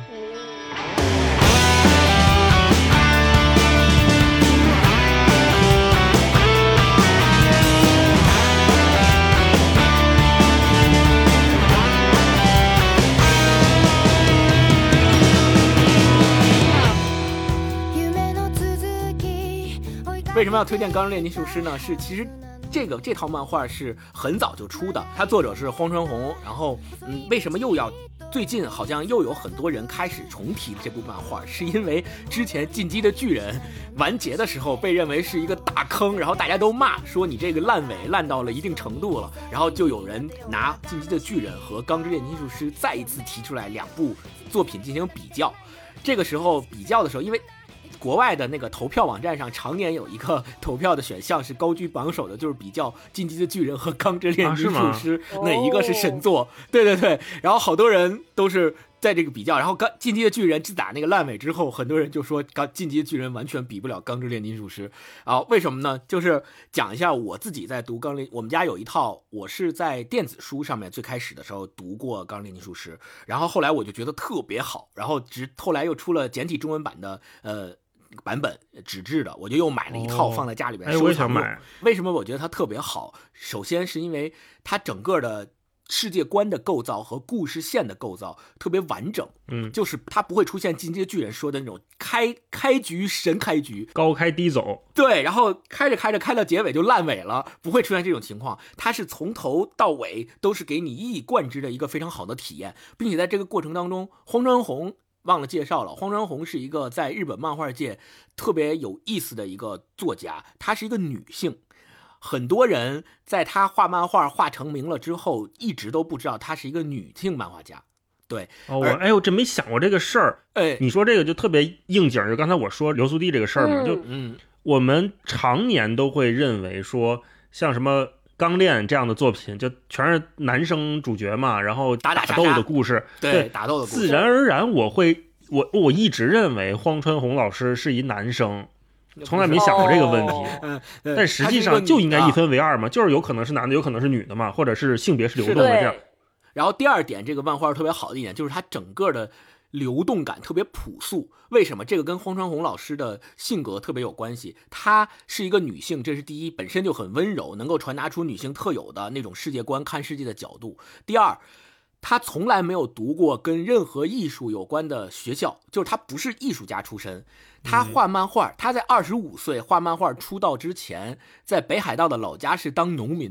为什么要推荐《钢之炼金术师》呢？是其实这个这套漫画是很早就出的，它作者是荒川弘。然后，嗯，为什么又要最近好像又有很多人开始重提这部漫画？是因为之前《进击的巨人》完结的时候被认为是一个大坑，然后大家都骂说你这个烂尾烂到了一定程度了，然后就有人拿《进击的巨人》和《钢之炼金术师》再一次提出来两部作品进行比较。这个时候比较的时候，因为国外的那个投票网站上常年有一个投票的选项是高居榜首的，就是比较《进击的巨人》和《钢之炼金术师》哪一个是神作。对对对，然后好多人都是在这个比较，然后《进击的巨人》自打那个烂尾之后，很多人就说《进击的巨人》完全比不了《钢之炼金术师》啊，为什么呢？就是讲一下我自己在读《钢炼》，我们家有一套，我是在电子书上面最开始的时候读过《钢之炼金术师》，然后后来我就觉得特别好，然后直后来又出了简体中文版的呃。版本纸质的，我就又买了一套放在家里边收藏。 哎，我也想买。 为什么我觉得它特别好？首先是因为它整个的世界观的构造和故事线的构造特别完整， 嗯， 就是它不会出现进击的巨人说的那种开开局神开局， 高开低走， 对，然后开着开着开到结尾就烂尾了，不会出现这种情况。它是从头到尾都是给你一以贯之的一个非常好的体验，并且在这个过程当中，荒川弘。忘了介绍了，荒川弘是一个在日本漫画界特别有意思的一个作家，她是一个女性，很多人在她画漫画画成名了之后，一直都不知道她是一个女性漫画家。对， 哦，我哎呦，真没想过这个事儿。 哎， 你说这个就特别应景，就刚才我说刘苏地这个事儿嘛， 嗯、 就嗯， 我们常年都会认为说，像什么钢炼这样的作品就全是男生主角嘛，然后打打斗的故事， 对, 对打斗的故事， 自然而然我会我我一直认为荒川弘老师是一男生，从来没想过这个问题。 哦、 但实际上就应该一分为二嘛，就是有可能是男的，有可能是女的嘛，或者是性别是流动的这样。 然后第二点，这个漫画特别好的一点就是它整个的流动感特别朴素。为什么？这个跟荒川弘老师的性格特别有关系。她是一个女性，这是第一，本身就很温柔，能够传达出女性特有的那种世界观、看世界的角度。第二，她从来没有读过跟任何艺术有关的学校，就是她不是艺术家出身。她画漫画，她在二十五岁画漫画出道之前，在北海道的老家是当农民的。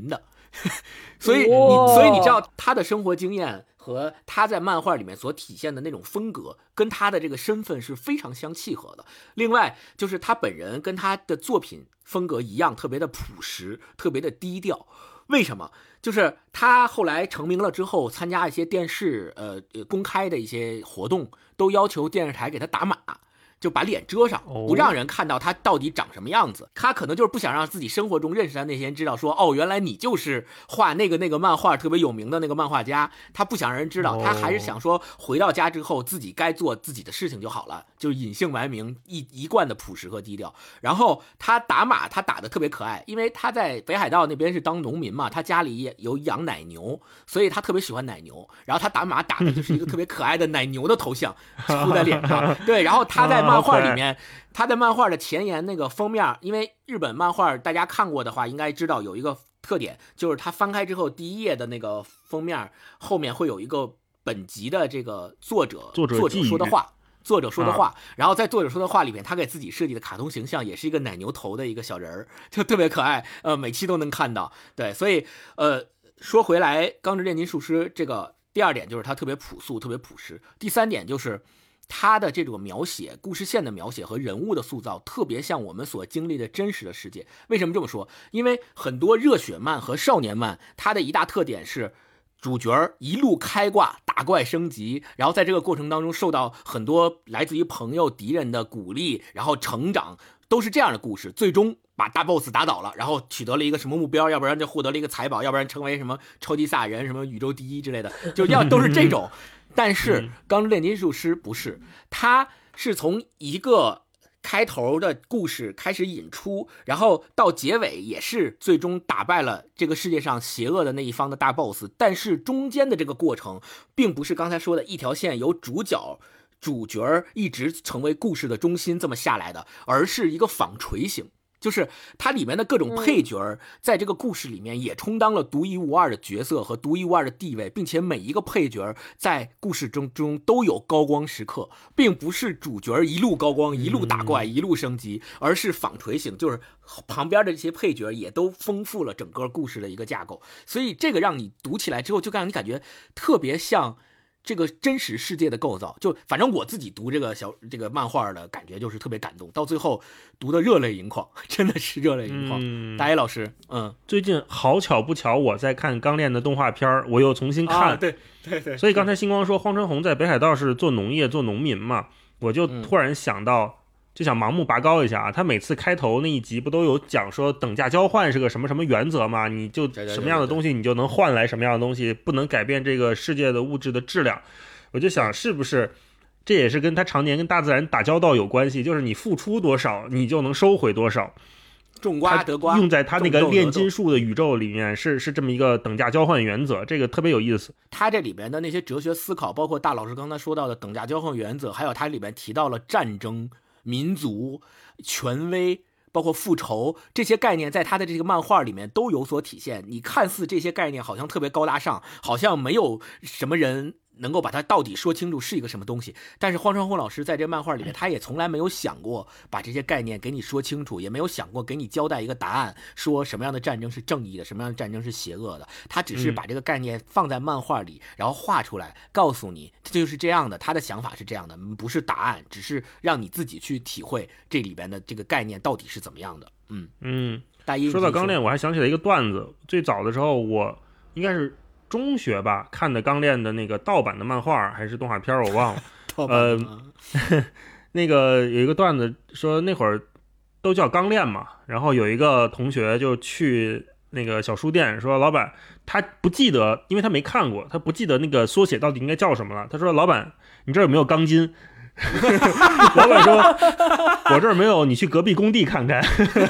所以你所以你知道他的生活经验和他在漫画里面所体现的那种风格，跟他的这个身份是非常相契合的。另外就是他本人跟他的作品风格一样，特别的朴实，特别的低调。为什么？就是他后来成名了之后，参加一些电视呃公开的一些活动，都要求电视台给他打码，就把脸遮上，不让人看到他到底长什么样子。他可能就是不想让自己生活中认识他那些人知道说，哦，原来你就是画那个那个漫画特别有名的那个漫画家。他不想让人知道，他还是想说回到家之后自己该做自己的事情就好了，就是隐姓埋名，一一贯的朴实和低调。然后他打码，他打的特别可爱，因为他在北海道那边是当农民嘛，他家里也有养奶牛，所以他特别喜欢奶牛。然后他打码打的就是一个特别可爱的奶牛的头像敷在脸上，对，然后他在漫画里面，他在漫画的前言那个封面，因为日本漫画大家看过的话应该知道有一个特点，就是他翻开之后第一页的那个封面后面会有一个本集的这个作者作者作者说的话作者说的话、啊、然后在作者说的话里面，他给自己设计的卡通形象也是一个奶牛头的一个小人儿，就特别可爱，呃每期都能看到。对，所以呃说回来，钢之炼金术师这个第二点就是他特别朴素，特别朴实。第三点就是他的这种描写，故事线的描写和人物的塑造特别像我们所经历的真实的世界。为什么这么说？因为很多热血漫和少年漫，它的一大特点是主角一路开挂，打怪升级，然后在这个过程当中受到很多来自于朋友敌人的鼓励，然后成长，都是这样的故事，最终把大 boss 打倒了，然后取得了一个什么目标，要不然就获得了一个财宝，要不然成为什么超级赛亚人，什么宇宙第一之类的，就要都是这种。但是钢之炼金术师不是，他是从一个开头的故事开始引出，然后到结尾也是最终打败了这个世界上邪恶的那一方的大 boss。 但是中间的这个过程并不是刚才说的一条线由主角主角一直成为故事的中心这么下来的，而是一个纺锤型，就是它里面的各种配角在这个故事里面也充当了独一无二的角色和独一无二的地位，并且每一个配角在故事中中都有高光时刻，并不是主角一路高光一路打怪一路升级，而是纺锤型，就是旁边的这些配角也都丰富了整个故事的一个架构。所以这个让你读起来之后就让你感觉特别像这个真实世界的构造。就反正我自己读这个小这个漫画的感觉就是特别感动，到最后读的热泪盈眶，真的是热泪盈眶。嗯、大野老师，嗯， 最近好巧不巧我在看钢炼的动画片，我又重新看、 啊、对对对。 所以刚才星光说荒川弘在北海道是做农业做农民嘛，我就突然想到、嗯、就想盲目拔高一下啊，他每次开头那一集不都有讲说等价交换是个什么什么原则嘛，你就什么样的东西你就能换来什么样的东西，不能改变这个世界的物质的质量。我就想是不是这也是跟他常年跟大自然打交道有关系，就是你付出多少你就能收回多少， 种瓜得瓜， 用在他那个炼金术的宇宙里面是是这么一个等价交换原则，这个特别有意思。 他这里边的那些哲学思考，包括大老师刚才说到的等价交换原则，还有他里边提到了战争、民族、权威，包括复仇，这些概念在他的这个漫画里面都有所体现。你看似这些概念好像特别高大上，好像没有什么人能够把它到底说清楚是一个什么东西，但是荒川弘老师在这漫画里面他也从来没有想过把这些概念给你说清楚，也没有想过给你交代一个答案，说什么样的战争是正义的，什么样的战争是邪恶的。他只是把这个概念放在漫画里、嗯、然后画出来告诉你这就是这样的，他的想法是这样的，不是答案，只是让你自己去体会这里边的这个概念到底是怎么样的。嗯嗯，大一说到钢炼我还想起来一个段子，最早的时候我应该是中学吧看的钢炼的那个盗版的漫画还是动画片我忘了呃，那个有一个段子说那会儿都叫钢炼嘛，然后有一个同学就去那个小书店说老板他不记得，因为他没看过，他不记得那个缩写到底应该叫什么了，他说老板你这儿有没有钢筋老板说我这儿没有，你去隔壁工地看看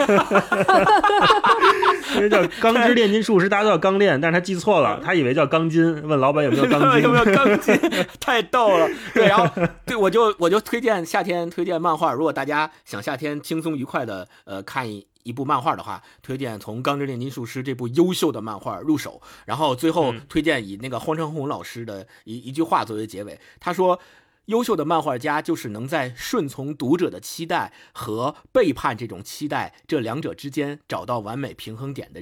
因为叫钢之炼金术师，大家都叫钢炼，但是他记错了，他以为叫钢筋，问老板有没有钢筋有没有钢筋太逗了。对，然后对我就我就推荐夏天推荐漫画，如果大家想夏天轻松愉快的呃看一一部漫画的话，推荐从《钢之炼金术师》这部优秀的漫画入手，然后最后推荐以那个荒川弘老师的一一句话作为结尾，他说优秀的漫画家就是能在顺从读者的期待和背叛这种期待这两者之间找到完美平衡点的人。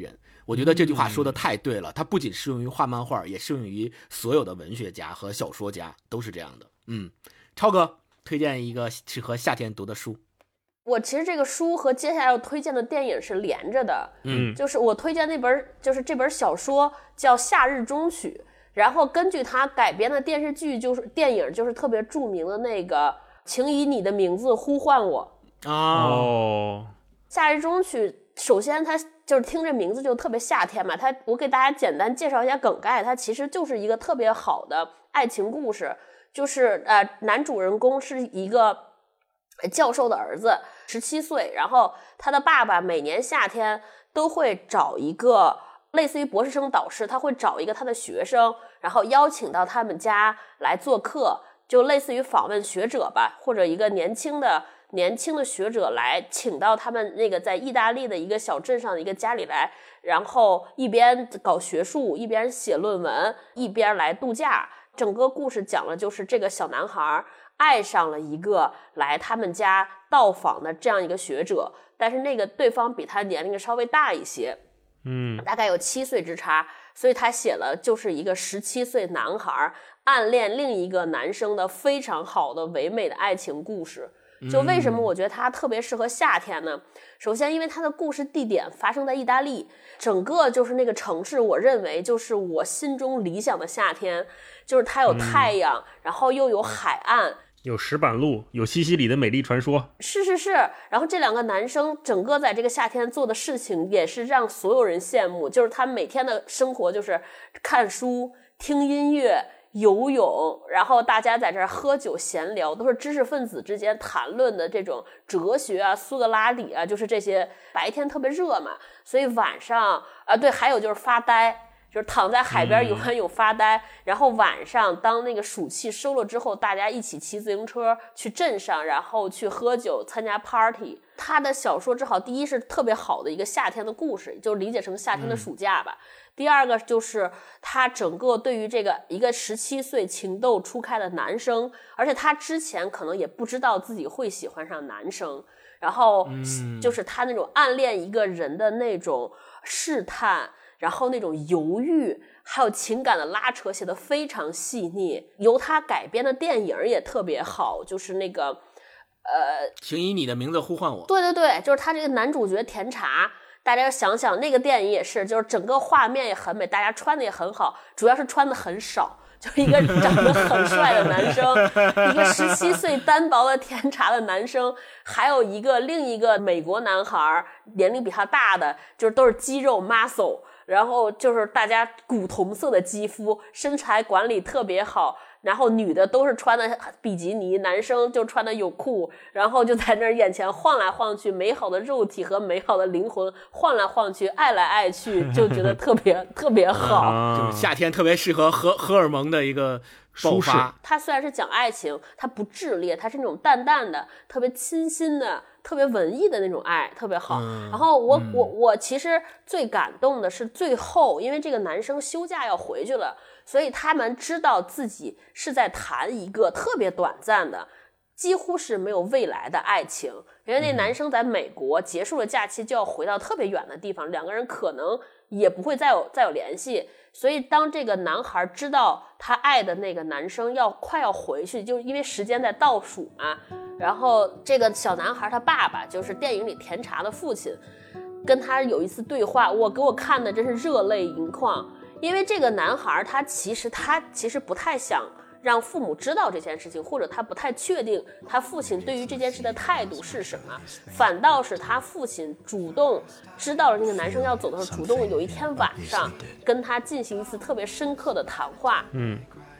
我觉得这句话说的太对了，它不仅适用于画漫画，也适用于所有的文学家和小说家，都是这样的。嗯，超哥推荐一个适合夏天读的书。 我其实这个书和接下来要推荐的电影是连着的， 嗯， 就是我推荐那本就是这本小说叫《夏日中曲》，然后根据它改编的电视剧就是电影就是特别著名的那个《请以你的名字呼唤我》 哦。 夏日中曲，首先它就是听这名字就特别夏天嘛，它我给大家简单介绍一下梗概，它其实就是一个特别好的爱情故事，就是呃男主人公是一个教授的儿子，十七岁，然后他的爸爸每年夏天都会找一个类似于博士生导师，他会找一个他的学生，然后邀请到他们家来做客，就类似于访问学者吧，或者一个年轻的年轻的学者来请到他们那个在意大利的一个小镇上的一个家里来，然后一边搞学术，一边写论文，一边来度假。整个故事讲的就是这个小男孩爱上了一个来他们家到访的这样一个学者，但是那个对方比他年龄稍微大一些， 嗯， 大概有七岁之差，所以他写了就是一个十七岁男孩暗恋另一个男生的非常好的唯美的爱情故事。就为什么我觉得它特别适合夏天呢？首先因为它的故事地点发生在意大利，整个就是那个城市我认为就是我心中理想的夏天，就是它有太阳、嗯、然后又有海岸， 有石板路，有西西里的美丽传说， 是是是。然后这两个男生整个在这个夏天做的事情也是让所有人羡慕，就是他们每天的生活就是看书、听音乐、游泳，然后大家在这儿喝酒闲聊，都是知识分子之间谈论的这种哲学啊、苏格拉底啊，就是这些。白天特别热嘛，所以晚上啊，对，还有就是发呆，就是躺在海边游完泳发呆、嗯、然后晚上当那个暑气收了之后，大家一起骑自行车去镇上，然后去喝酒参加 party。 他的小说正好第一是特别好的一个夏天的故事，就理解成夏天的暑假吧、嗯、第二个就是他整个对于这个一个十七岁情窦初开的男生，而且他之前可能也不知道自己会喜欢上男生，然后就是他那种暗恋一个人的那种试探，然后那种犹豫，还有情感的拉扯写得非常细腻。由他改编的电影也特别好，就是那个呃， 请以你的名字呼唤我。 对对对，就是他这个男主角甜茶，大家想想那个电影也是，就是整个画面也很美，大家穿的也很好，主要是穿的很少，就是一个长得很帅的男生，一个十七岁单薄的甜茶的男生，还有一个另一个美国男孩，年龄比他大的，就是都是肌肉 muscle， 然后就是大家古铜色的肌肤，身材管理特别好，然后女的都是穿的比基尼，男生就穿的有裤，然后就在那眼前晃来晃去，美好的肉体和美好的灵魂晃来晃去，爱来爱去，就觉得特别特别好， 就是夏天特别适合荷荷尔蒙的一个爆发。 它虽然是讲爱情，它不炽烈，它是那种淡淡的特别清新的特别文艺的那种爱，特别好、嗯、然后我、嗯、我我其实最感动的是最后，因为这个男生休假要回去了，所以他们知道自己是在谈一个特别短暂的几乎是没有未来的爱情，因为那男生在美国结束了假期就要回到特别远的地方，两个人可能也不会再有再有联系，所以当这个男孩知道他爱的那个男生要快要回去，就因为时间在倒数嘛，然后这个小男孩他爸爸就是电影里甜茶的父亲跟他有一次对话，我给我看的真是热泪盈眶，因为这个男孩他其实他其实不太想让父母知道这件事情，或者他不太确定他父亲对于这件事的态度是什么，反倒是他父亲主动知道了那个男生要走的时候，主动有一天晚上跟他进行一次特别深刻的谈话。 嗯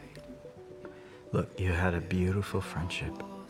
Look, you had a beautiful friendship.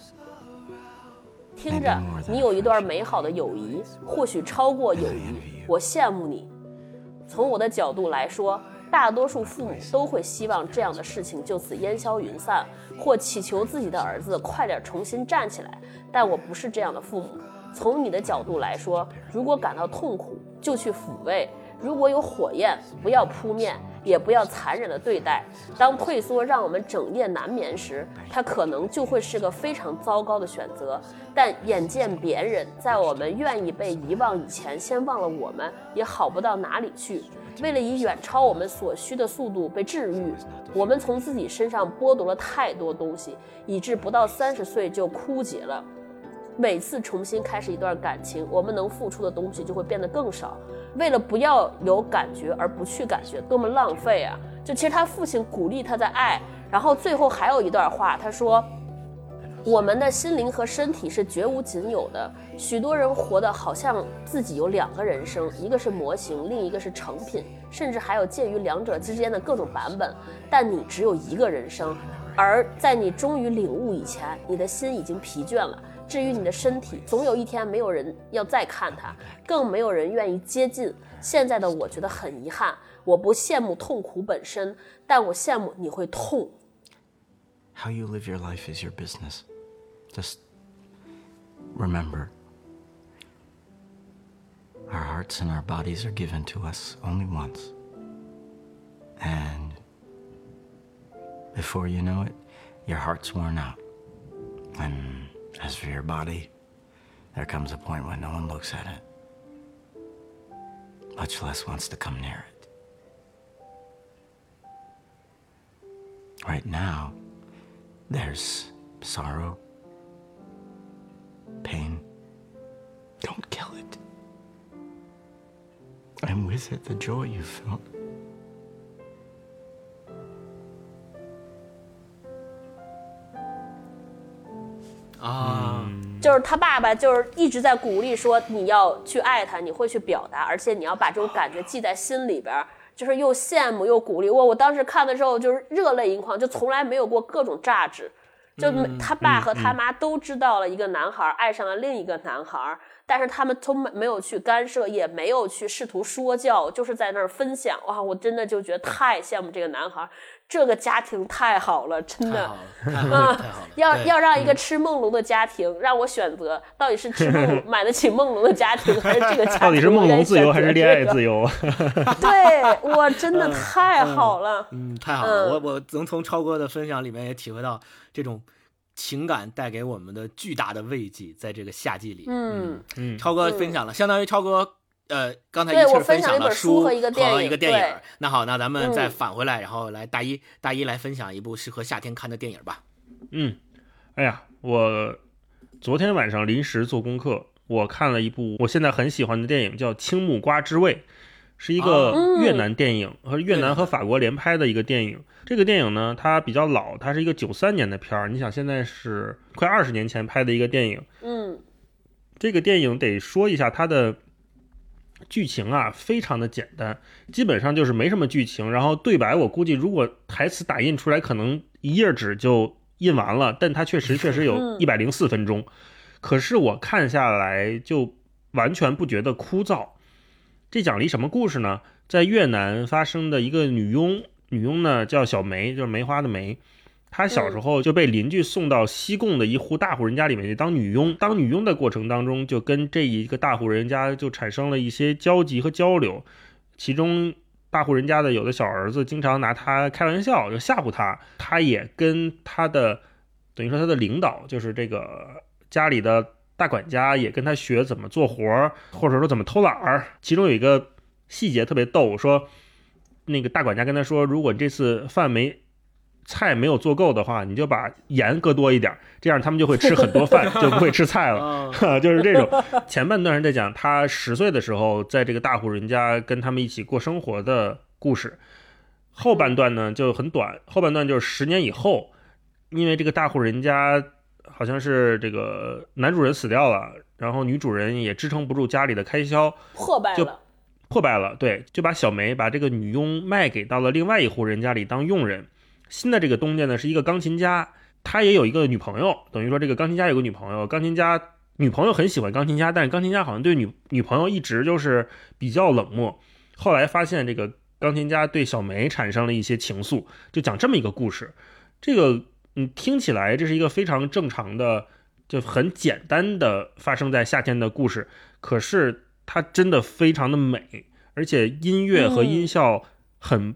听着，你有一段美好的友谊，或许超过友谊，我羡慕你。从我的角度来说，大多数父母都会希望这样的事情就此烟消云散，或祈求自己的儿子快点重新站起来，但我不是这样的父母。从你的角度来说，如果感到痛苦就去抚慰，如果有火焰不要扑面， 也不要残忍的对待。当退缩让我们整夜难眠时，它可能就会是个非常糟糕的选择。但眼见别人在我们愿意被遗忘以前先忘了我们，也好不到哪里去。为了以远超我们所需的速度被治愈，我们从自己身上剥夺了太多东西，以致不到三十岁就枯竭了。每次重新开始一段感情，我们能付出的东西就会变得更少。为了不要有感觉而不去感觉，多么浪费啊！就其实他父亲鼓励他在爱，然后最后还有一段话，他说我们的心灵和身体是绝无仅有的，许多人活得好像自己有两个人生，一个是模型，另一个是成品，甚至还有介于两者之间的各种版本，但你只有一个人生，而在你终于领悟以前，你的心已经疲倦了。至于你的身体，总有一天没有人要再看它，更没有人愿意接近。现在的我觉得很遗憾，我不羡慕痛苦本身，但我羡慕你会痛。 How you live your life is your business. Just remember, our hearts and our bodies are given to us only once. And before you know it, your heart's worn out. And as for your body, there comes a point when no one looks at it, much less wants to come near it. Right now, there's sorrow, pain. Don't kill it. And with it, the joy you felt. 啊， 就是他爸爸就是一直在鼓励说你要去爱他，你会去表达，而且你要把这种感觉记在心里边，就是又羡慕又鼓励我。我当时看的时候就是热泪盈眶，就从来没有过各种榨汁。就他爸和他妈都知道了一个男孩爱上了另一个男孩，但是他们都没有去干涉，也没有去试图说教，就是在那儿分享。哇，我真的就觉得太羡慕这个男孩，这个家庭太好了，真的太好了，太好了。 要要让一个吃梦龙的家庭、嗯、让我选择，到底是吃梦买得起梦龙的家庭，还是这个家庭？ 到底是梦龙自由还是恋爱自由？ 对，我真的太好了， 嗯，嗯太好了。嗯、我我能从超哥的分享里面也体会到这种情感带给我们的巨大的慰藉，在这个夏季里。 嗯嗯，超哥分享了，嗯、相当于超哥呃刚才一气分享了书和一个电影。 一个电影那好，那咱们再返回来，嗯、然后来大一大一来分享一部适合夏天看的电影吧。 嗯，哎呀，我昨天晚上临时做功课，我看了一部我现在很喜欢的电影，叫《青木瓜之味》。是一个越南电影，和越南和法国联拍的一个电影。这个电影呢，它比较老，它是一个九三年的片儿。你想，现在是快二十年前拍的一个电影。 嗯， 这个电影得说一下它的剧情啊，非常的简单，基本上就是没什么剧情。然后对白，我估计如果台词打印出来，可能一页纸就印完了。但它确实确实有一百零四分钟，可是我看下来就完全不觉得枯燥。这讲了一什么故事呢？在越南发生的一个女佣，女佣呢叫小梅，就是梅花的梅。她小时候就被邻居送到西贡的一户大户人家里面去当女佣。当女佣的过程当中，就跟这一个大户人家就产生了一些交集和交流。其中大户人家的有的小儿子经常拿她开玩笑，就吓唬她。她也跟她的等于说她的领导，就是这个家里的大管家也跟他学怎么做活，或者说怎么偷懒儿。其中有一个细节特别逗，说那个大管家跟他说，如果这次饭没菜没有做够的话，你就把盐搁多一点，这样他们就会吃很多饭，就不会吃菜了。就是这种。前半段是在讲他十岁的时候在这个大户人家跟他们一起过生活的故事，后半段呢就很短，后半段就是十年以后，因为这个大户人家好像是这个男主人死掉了，然后女主人也支撑不住家里的开销， 破败了， 就破败了，对，就把小梅把这个女佣卖给到了另外一户人家里当佣人。新的这个东家呢是一个钢琴家，他也有一个女朋友，等于说这个钢琴家有个女朋友，钢琴家女朋友很喜欢钢琴家，但是钢琴家好像对女女朋友一直就是比较冷漠。后来发现这个钢琴家对小梅产生了一些情愫，就讲这么一个故事。这个嗯，听起来这是一个非常正常的，就很简单的发生在夏天的故事，可是它真的非常的美，而且音乐和音效很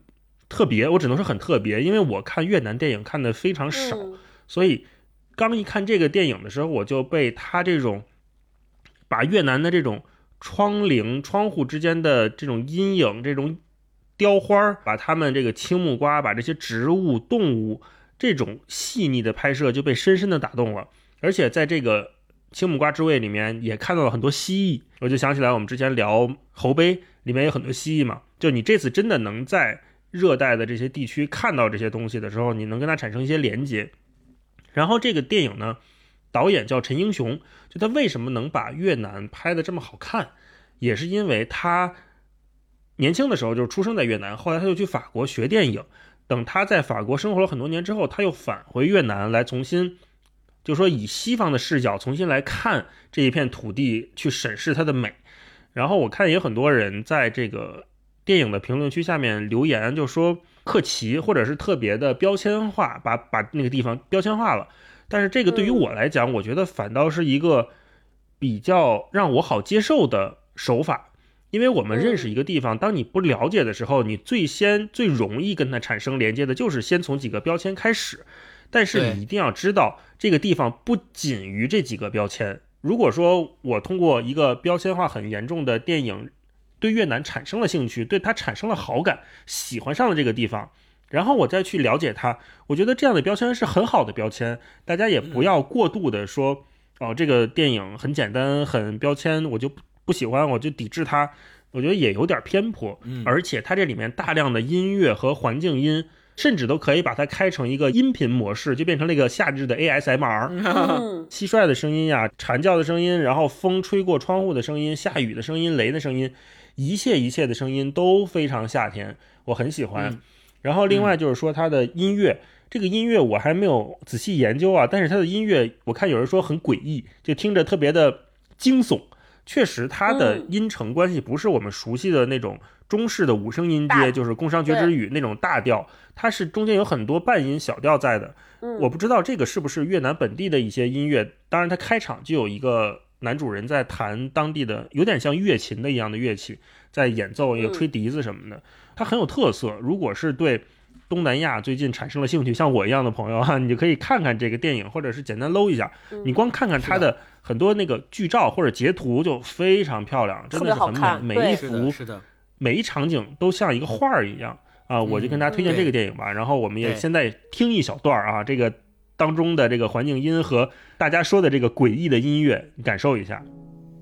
特别，我只能说很特别，因为我看越南电影看的非常少， 嗯、 所以刚一看这个电影的时候，我就被他这种把越南的这种窗棂窗户之间的这种阴影，这种雕花，把他们这个青木瓜，把这些植物动物这种细腻的拍摄就被深深的打动了。而且在这个青木瓜之味里面也看到了很多蜥蜴，我就想起来我们之前聊猴杯里面有很多蜥蜴嘛，就你这次真的能在热带的这些地区看到这些东西的时候，你能跟它产生一些连接。然后这个电影呢，导演叫陈英雄，就他为什么能把越南拍得这么好看，也是因为他年轻的时候就是出生在越南，后来他就去法国学电影，等他在法国生活了很多年之后，他又返回越南来重新就说以西方的视角重新来看这一片土地，去审视它的美。然后我看也有很多人在这个电影的评论区下面留言，就说克奇或者是特别的标签化，把把那个地方标签化了。但是这个对于我来讲、嗯、我觉得反倒是一个比较让我好接受的手法。因为我们认识一个地方，当你不了解的时候，你最先最容易跟它产生连接的就是先从几个标签开始。但是你一定要知道这个地方不仅于这几个标签。如果说我通过一个标签化很严重的电影对越南产生了兴趣，对它产生了好感，喜欢上了这个地方，然后我再去了解它，我觉得这样的标签是很好的标签。大家也不要过度的说、嗯、哦，这个电影很简单很标签，我就不喜欢，我就抵制它，我觉得也有点偏颇、嗯、而且它这里面大量的音乐和环境音，甚至都可以把它开成一个音频模式，就变成了一个夏日的 A S M R、嗯、蟋蟀的声音呀，蝉叫的声音，然后风吹过窗户的声音，下雨的声音，雷的声音，一切一切的声音都非常夏天，我很喜欢、嗯、然后另外就是说它的音乐、嗯、这个音乐我还没有仔细研究啊，但是它的音乐我看有人说很诡异，就听着特别的惊悚。确实它的音程关系不是我们熟悉的那种中式的五声音阶，就是宫商角徵羽那种大调，它是中间有很多半音小调在的、嗯、我不知道这个是不是越南本地的一些音乐。当然它开场就有一个男主人在弹当地的有点像乐琴的一样的乐器，在演奏，也吹笛子什么的、嗯、它很有特色。如果是对东南亚最近产生了兴趣，像我一样的朋友啊，你就可以看看这个电影，或者是简单搂一下、嗯、你光看看它的很多那个剧照或者截图就非常漂亮，真的是很美，每一幅是的每一场景都像一个画一样啊！我就跟大家推荐这个电影吧、嗯、然后我们也现在听一小段啊，这个当中的这个环境音和大家说的这个诡异的音乐，你感受一下。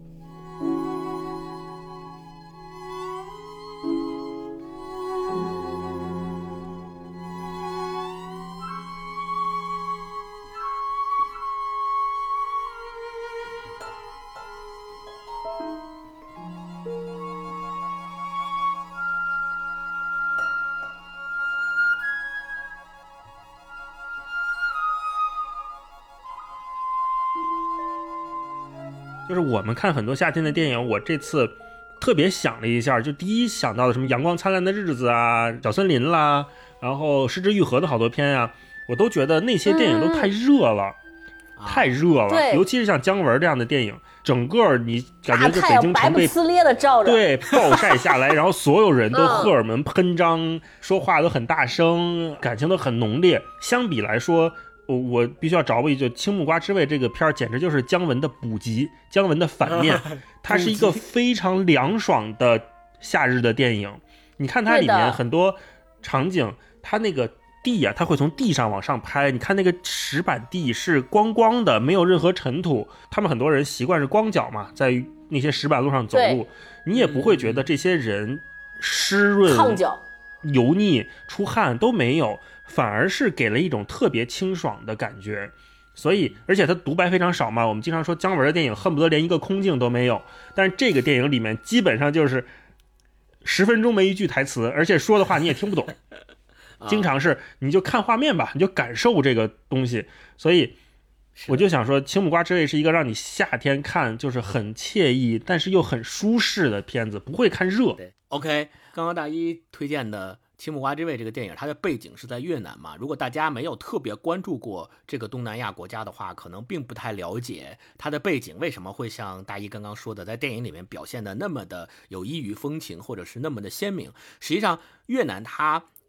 就是我们看很多夏天的电影，我这次特别想了一下，就第一想到的什么阳光灿烂的日子啊，小森林啦，然后失之愈合的好多片啊，我都觉得那些电影都太热了、嗯、太热了，尤其是像姜文这样的电影，整个你感觉就北京城被撕裂的照着， 对，暴晒下来，然后所有人都荷尔蒙喷张、嗯、说话都很大声，感情都很浓烈。相比来说，我我必须要找我一句，青木瓜之味这个片儿简直就是姜文的补给，姜文的反面，它是一个非常凉爽的夏日的电影。你看它里面很多场景，它那个地啊，它会从地上往上拍，你看那个石板地是光光的，没有任何尘土。他们很多人习惯是光脚嘛，在那些石板路上走路，你也不会觉得这些人湿润、 烫脚、 油腻、出汗都没有，反而是给了一种特别清爽的感觉。所以而且它独白非常少嘛，我们经常说姜文的电影恨不得连一个空镜都没有，但是这个电影里面基本上就是十分钟没一句台词，而且说的话你也听不懂经常是你就看画面吧，你就感受这个东西。所以我就想说青木瓜之味是一个让你夏天看就是很惬意但是又很舒适的片子，不会看热。 对 OK， 刚刚大一推荐的青木瓜之味这个电影，它的背景是在越南嘛，如果大家没有特别关注过这个东南亚国家的话，可能并不太了解它的背景为什么会像大一刚刚说的在电影里面表现的那么的有异域风情，或者是那么的鲜明。实际上越南它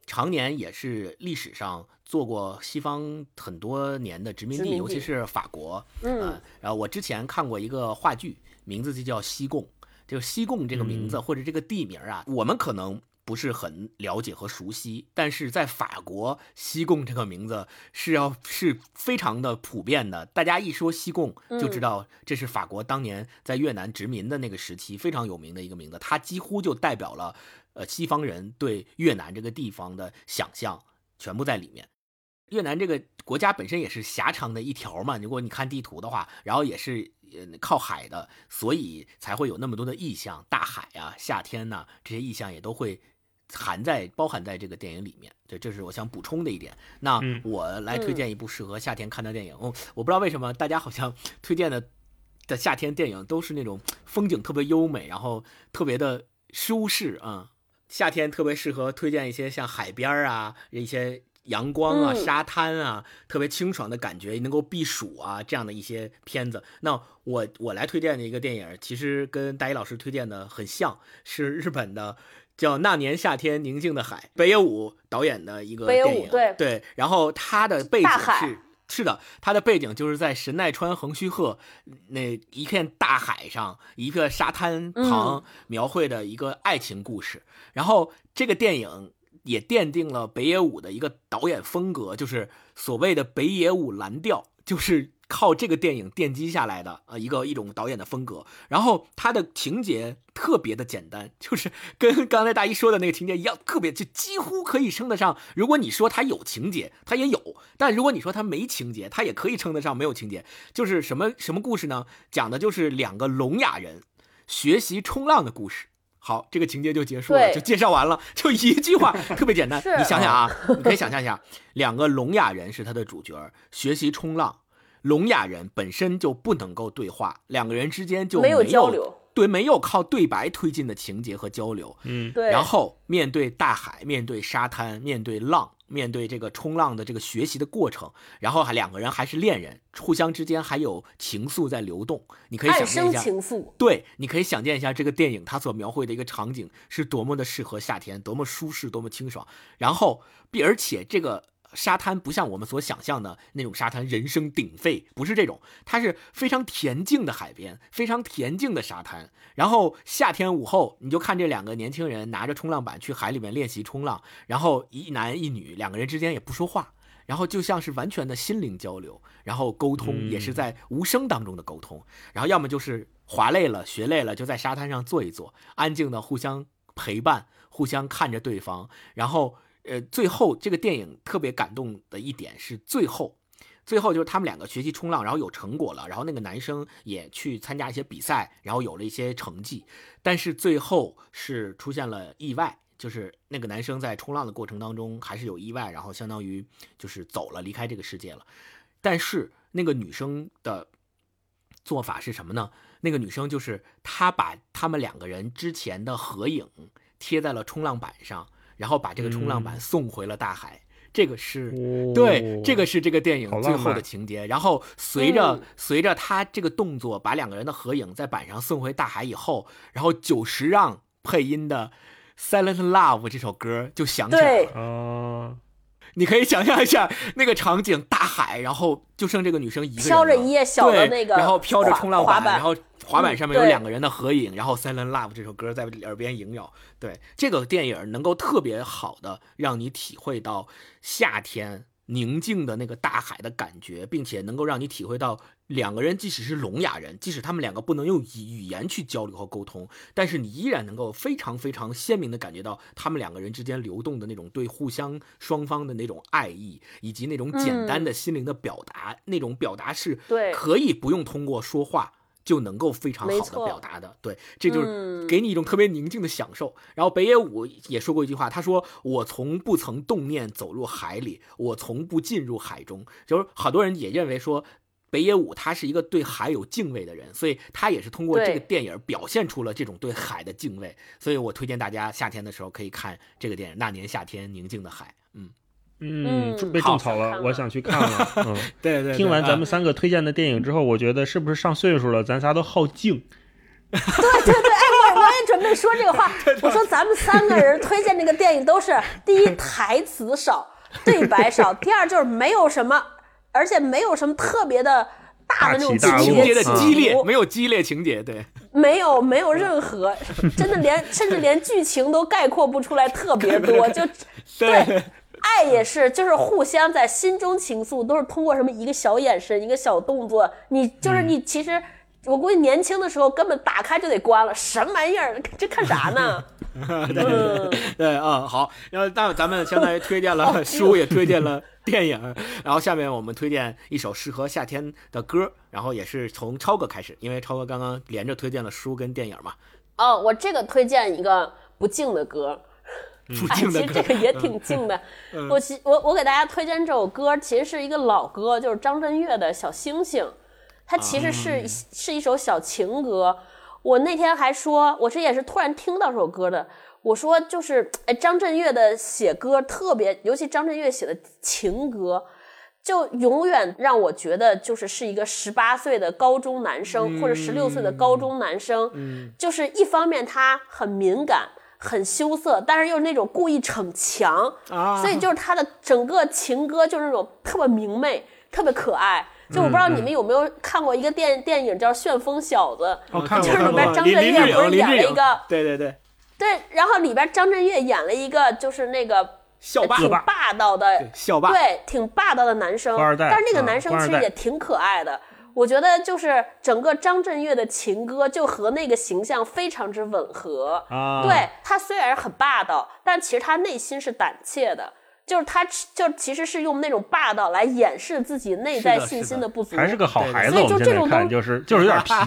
常年也是历史上做过西方很多年的殖民地， 殖民地尤其是法国。 嗯、 呃，然后我之前看过一个话剧，名字就叫西贡。这个西贡这个名字、 嗯、 或者这个地名啊，我们可能不是很了解和熟悉，但是在法国，西贡这个名字是要是非常的普遍的。大家一说西贡，就知道这是法国当年在越南殖民的那个时期非常有名的一个名字，它几乎就代表了呃西方人对越南这个地方的想象，全部在里面。越南这个国家本身也是狭长的一条嘛，如果你看地图的话，然后也是靠海的，所以才会有那么多的意象，大海啊、夏天呐、啊，这些意象也都会含在包含在这个电影里面。这这是我想补充的一点。那我来推荐一部适合夏天看的电影。嗯、我不知道为什么大家好像推荐的的夏天电影都是那种风景特别优美，然后特别的舒适啊、嗯。夏天特别适合推荐一些像海边啊，一些阳光啊、沙滩啊、嗯，特别清爽的感觉，能够避暑啊，这样的一些片子。那我我来推荐的一个电影，其实跟大一老师推荐的很像，是日本的，叫《那年夏天宁静的海》，北野武导演的一个电影。 对对，然后他的背景是。是的，它的背景就是在神奈川横须贺那一片大海上，一个沙滩旁描绘的一个爱情故事。嗯、然后这个电影也奠定了北野武的一个导演风格，就是所谓的北野武蓝调，就是靠这个电影奠基下来的呃一个一种导演的风格。然后它的情节特别的简单，就是跟刚才大一说的那个情节一样，特别就几乎可以称得上，如果你说它有情节，它也有；但如果你说它没情节，它也可以称得上没有情节。就是什么什么故事呢？讲的就是两个聋哑人学习冲浪的故事。好，这个情节就结束了，就介绍完了，就一句话，特别简单。你想想啊，你可以想象一下，两个聋哑人是他的主角，学习冲浪。聋哑人本身就不能够对话，两个人之间就没有没有交流， 对，没有靠对白推进的情节和交流。 嗯， 对。 然后面对大海，面对沙滩，面对浪，面对这个冲浪的这个学习的过程，然后还两个人还是恋人，互相之间还有情愫在流动。你可以想象一下， 爱生情愫。 对，你可以想见一下这个电影它所描绘的一个场景是多么的适合夏天，多么舒适，多么清爽。然后，而且这个沙滩不像我们所想象的那种沙滩人声鼎沸，不是这种，它是非常恬静的海边，非常恬静的沙滩。然后夏天午后，你就看这两个年轻人拿着冲浪板去海里面练习冲浪，然后一男一女两个人之间也不说话，然后就像是完全的心灵交流，然后沟通也是在无声当中的沟通。然后要么就是滑累了学累了就在沙滩上坐一坐，安静的互相陪伴，互相看着对方。然后呃，最后这个电影特别感动的一点是最后，最后就是他们两个学习冲浪，然后有成果了，然后那个男生也去参加一些比赛，然后有了一些成绩，但是最后是出现了意外，就是那个男生在冲浪的过程当中还是有意外，然后相当于就是走了，离开这个世界了。但是那个女生的做法是什么呢？那个女生就是她把他们两个人之前的合影贴在了冲浪板上，然后把这个冲浪板送回了大海。嗯、这个是、哦、对，这个是这个电影最后的情节。然后随着、嗯、随着他这个动作把两个人的合影在板上送回大海以后，然后久石让配音的 Silent Love 这首歌就响起来了。哦，你可以想象一下那个场景，大海，然后就剩这个女生一个人飘着一叶小的那个， 然后飘着冲浪板，然后滑板上面有两个人的合影，嗯、然后 Silent Love 这首歌在耳边萦绕。对，这个电影能够特别好的让你体会到夏天宁静的那个大海的感觉，并且能够让你体会到两个人即使是聋哑人，即使他们两个不能用语言去交流和沟通，但是你依然能够非常非常鲜明的感觉到他们两个人之间流动的那种对互相双方的那种爱意，以及那种简单的心灵的表达、嗯、那种表达是可以不用通过说话就能够非常好的表达的。对，这就是给你一种特别宁静的享受。嗯、然后北野武也说过一句话，他说我从不曾动念走入海里，我从不进入海中。就是好多人也认为说北野武他是一个对海有敬畏的人，所以他也是通过这个电影表现出了这种对海的敬畏。所以我推荐大家夏天的时候可以看这个电影《那年夏天宁静的海》。嗯嗯，被种草了，我想去看了。嗯， 对 对, 对。 听完咱们三个推荐的电影之后，我觉得是不是上岁数了，咱仨都好静？ 对对对，哎，我我也准备说说这个话，我说咱们三个人推荐这个电影都是第一台词少，对白少，第二就是没有什么，而且没有什么特别的大的那种情节的激烈，没有激烈情节，对， 没有没有任何，真的连甚至连剧情都概括不出来，特别多，就对。对爱也是，就是互相在心中情愫，都是通过什么一个小眼神、一个小动作，你就是你其实。我估计年轻的时候根本打开就得关了，什么玩意儿？这看啥呢？ 对对对，对啊、嗯，好，然后那咱们相当于推荐了书，也推荐了电影，然后下面我们推荐一首适合夏天的歌，然后也是从超哥开始，因为超哥刚刚连着推荐了书跟电影嘛。 哦，我这个推荐一个不敬的歌。 不敬的歌， 哎、其实这个也挺敬的。嗯、我我我给大家推荐这首歌，其实是一个老歌，就是张震岳的《小星星》。它其实是、嗯、是一首小情歌。我那天还说，我这也是突然听到这首歌的。我说就是，哎，张震岳的写歌特别，尤其张震岳写的情歌，就永远让我觉得就是是一个十八岁的高中男生、嗯、或者十六岁的高中男生、嗯，就是一方面他很敏感。很羞涩，但是又是那种故意逞强、啊、所以就是他的整个情歌就是那种特别明媚特别可爱。就我不知道你们有没有看过一个电电影叫《旋风小子》， 哦， 就是里边张震岳不是演了一个， 对对对对，然后里边张震岳演了一个就是那个校霸， 挺霸道的校霸， 对，挺霸道的男生，但是那个男生其实也挺可爱的。我觉得就是整个张震岳的情歌就和那个形象非常之吻合、啊、对，他虽然很霸道，但其实他内心是胆怯的，就是他就其实是用那种霸道来掩饰自己内在信心的不足， 还是个好孩子。所以就这种东西就是就是有点皮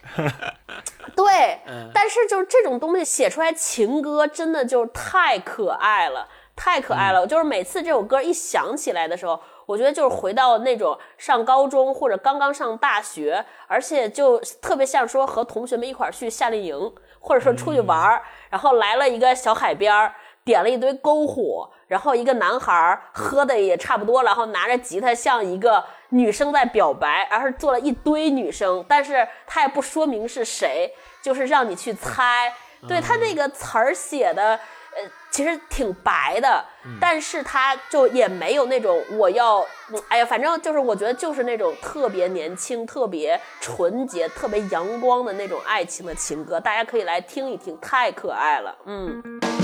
对、嗯、但是就是这种东西写出来情歌真的就是太可爱了太可爱了、嗯、就是每次这首歌一响起来的时候，我觉得就是回到那种上高中或者刚刚上大学，而且就特别像说和同学们一块儿去夏令营，或者说出去玩、嗯、然后来了一个小海边，点了一堆篝火，然后一个男孩喝的也差不多，然后拿着吉他向一个女生在表白，而是做了一堆女生，但是他也不说明是谁，就是让你去猜。对，他那个词儿写的呃，其实挺白的、嗯、但是他就也没有那种我要、嗯、哎呀反正就是我觉得就是那种特别年轻特别纯洁特别阳光的那种爱情的情歌，大家可以来听一听，太可爱了。嗯，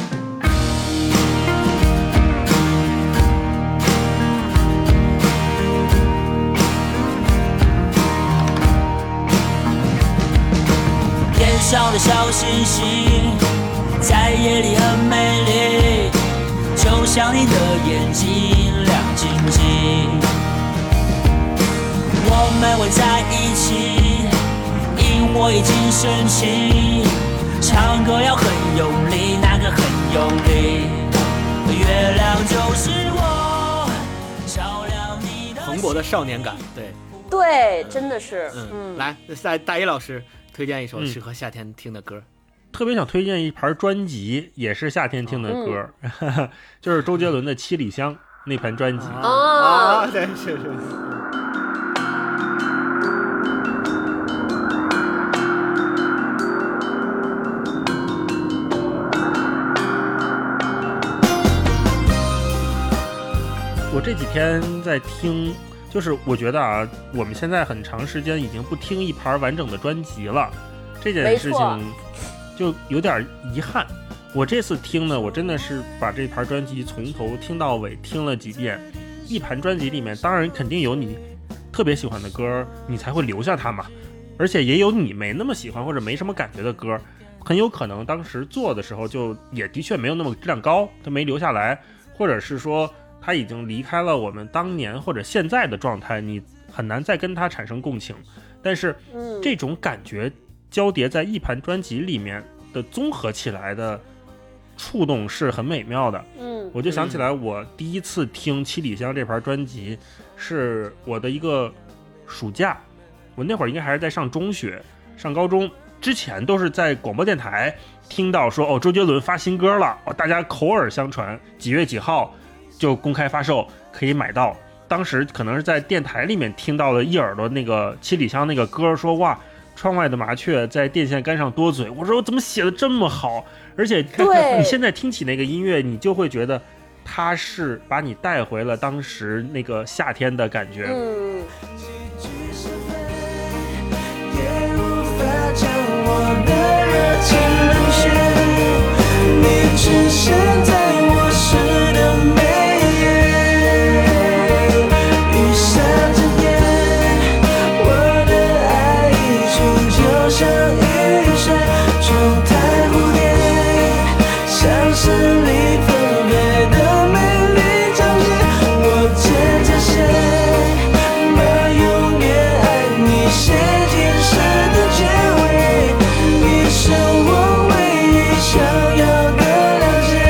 天上的小星星在夜里很美丽，就像你的眼睛亮晶晶。我们会在一起，萤火已经升起，唱歌要很用力，那个很用力。月亮就是我，照亮你的蓬勃的少年感，对对，真的是。 嗯，嗯来，大大一老师推荐一首适合夏天听的歌。嗯， 特别想推荐一盘专辑，也是夏天听的歌、嗯、就是周杰伦的《七里香》那盘专辑啊、哦、对，是是我这几天在听，就是我觉得啊，我们现在很长时间已经不听一盘完整的专辑了，这件事情就有点遗憾。我这次听呢，我真的是把这盘专辑从头听到尾听了几遍。一盘专辑里面当然肯定有你特别喜欢的歌，你才会留下它嘛，而且也有你没那么喜欢或者没什么感觉的歌，很有可能当时做的时候就也的确没有那么质量高，它没留下来，或者是说它已经离开了我们当年或者现在的状态，你很难再跟它产生共情。但是这种感觉交叠在一盘专辑里面的综合起来的触动是很美妙的。嗯，我就想起来我第一次听七里香这盘专辑是我的一个暑假，我那会儿应该还是在上中学，上高中之前都是在广播电台听到说哦周杰伦发新歌了，哦大家口耳相传几月几号就公开发售可以买到，当时可能是在电台里面听到了一耳朵那个七里香那个歌，说哇窗外的麻雀在电线杆上多嘴，我说我怎么写的这么好，而且你现在听起那个音乐，你就会觉得它是把你带回了当时那个夏天的感觉。 嗯， 也无法将我的热情冷却，你出现在我诗的每页，雨下整夜，我的爱一出就像雨水，窗台蝴蝶，像是离分别的美丽章节，我牵着谁，把永远爱你写进诗的结尾，你是我唯一想要的了解。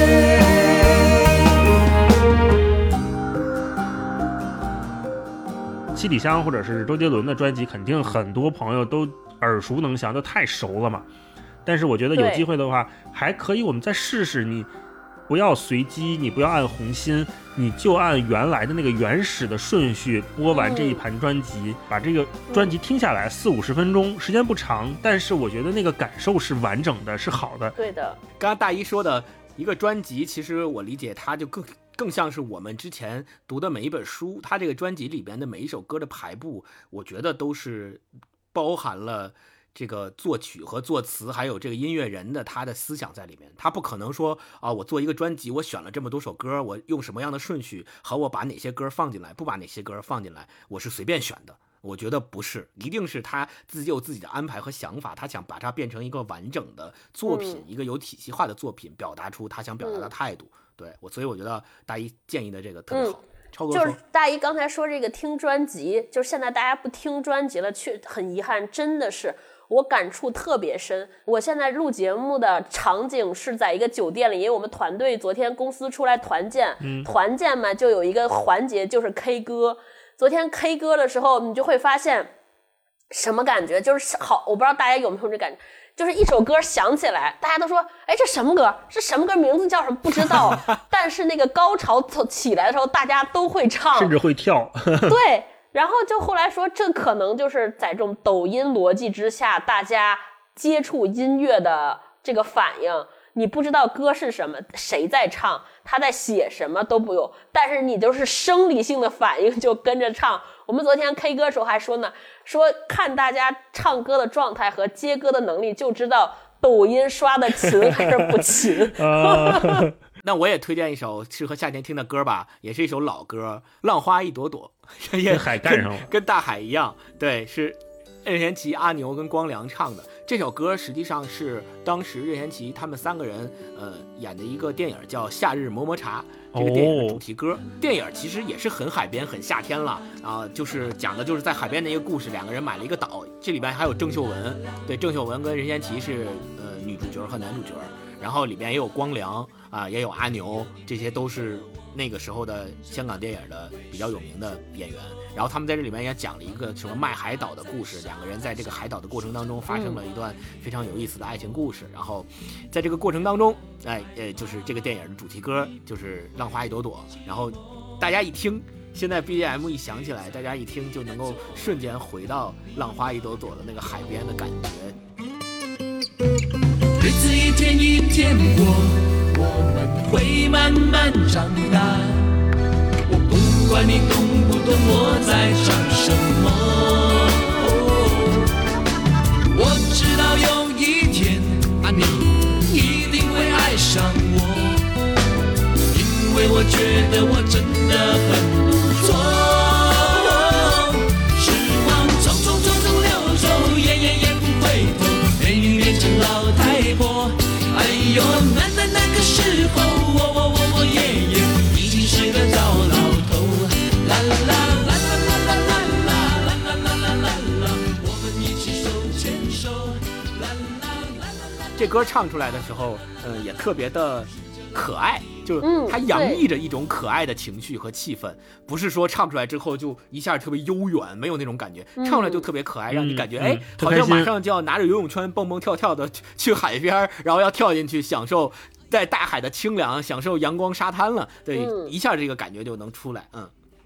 七里香或者是周杰伦的专辑，肯定很多朋友都耳熟能详，都太熟了嘛。但是我觉得有机会的话，还可以我们再试试，你不要随机，你不要按红心，你就按原来的那个原始的顺序播完这一盘专辑，嗯、把这个专辑听下来，四五十分钟，时间不长，但是我觉得那个感受是完整的，是好的。 对的， 刚刚大一说的一个专辑，其实我理解它就更更像是我们之前读的每一本书，它这个专辑里边的每一首歌的排布，我觉得都是包含了这个作曲和作词还有这个音乐人的他的思想在里面。他不可能说啊，我做一个专辑，我选了这么多首歌，我用什么样的顺序和我把哪些歌放进来，不把哪些歌放进来，我是随便选的。我觉得不是，一定是他自己有自己的安排和想法，他想把它变成一个完整的作品、嗯、一个有体系化的作品，表达出他想表达的态度、嗯、对我，所以我觉得大一建议的这个特别好、嗯就是大一刚才说这个听专辑，就是现在大家不听专辑了，去很遗憾，真的是我感触特别深。我现在录节目的场景是在一个酒店里，因为我们团队昨天公司出来团建、嗯、团建嘛，就有一个环节就是 K 歌。昨天 K 歌的时候，你就会发现什么感觉，就是好，我不知道大家有没有这感觉，就是一首歌响起来，大家都说，哎，这什么歌？这什么歌？名字叫什么？不知道。但是那个高潮起来的时候，大家都会唱， 甚至会跳。 对，然后就后来说，这可能就是在这种抖音逻辑之下，大家接触音乐的这个反应。你不知道歌是什么，谁在唱，他在写什么都不用，但是你就是生理性的反应就跟着唱。我们昨天 K 歌的时候还说呢，说看大家唱歌的状态和接歌的能力，就知道抖音刷的勤还是不勤。 那我也推荐一首适合夏天听的歌吧，也是一首老歌，《浪花一朵朵》， 跟海干上了， 跟大海一样。对，是任贤齐、阿牛跟光良唱的。这首歌实际上是当时任贤齐他们三个人呃演的一个电影叫《夏日么么茶》，这个电影的主题歌、哦、电影其实也是很海边很夏天了啊、呃，就是讲的就是在海边的一个故事，两个人买了一个岛，这里边还有郑秀文，对，郑秀文跟任贤齐是呃女主角和男主角，然后里边也有光良啊、呃，也有阿牛，这些都是那个时候的香港电影的比较有名的演员。然后他们在这里面也讲了一个什么卖海岛的故事，两个人在这个海岛的过程当中发生了一段非常有意思的爱情故事。然后在这个过程当中，哎呃，就是这个电影的主题歌就是《浪花一朵朵》，然后大家一听，现在 B G M 一响起来，大家一听就能够瞬间回到《浪花一朵朵》的那个海边的感觉。 日子一天一天过，我们会慢慢长大。我不管你懂不懂我在唱什么、哦、我知道有一天啊，你一定会爱上我，因为我觉得我真的很不错、哦、时光匆匆匆匆流走，眼眼也不回头，美女变成老太婆，哎呦那那那个时候我我我我爷爷已经是个糟老头，啦啦啦啦啦啦啦啦啦啦啦啦啦，我们一起手牵手，啦啦啦啦啦。 这歌唱出来的时候，呃，也特别的可爱，就是它洋溢着一种可爱的情绪和气氛，不是说唱出来之后就一下特别悠远，没有那种感觉，唱出来就特别可爱，让你感觉哎、嗯，好像马上就要拿着游泳圈蹦蹦跳跳的去海边，然后要跳进去享受在大海的清凉，享受阳光沙滩了，对、嗯，一下这个感觉就能出来，嗯。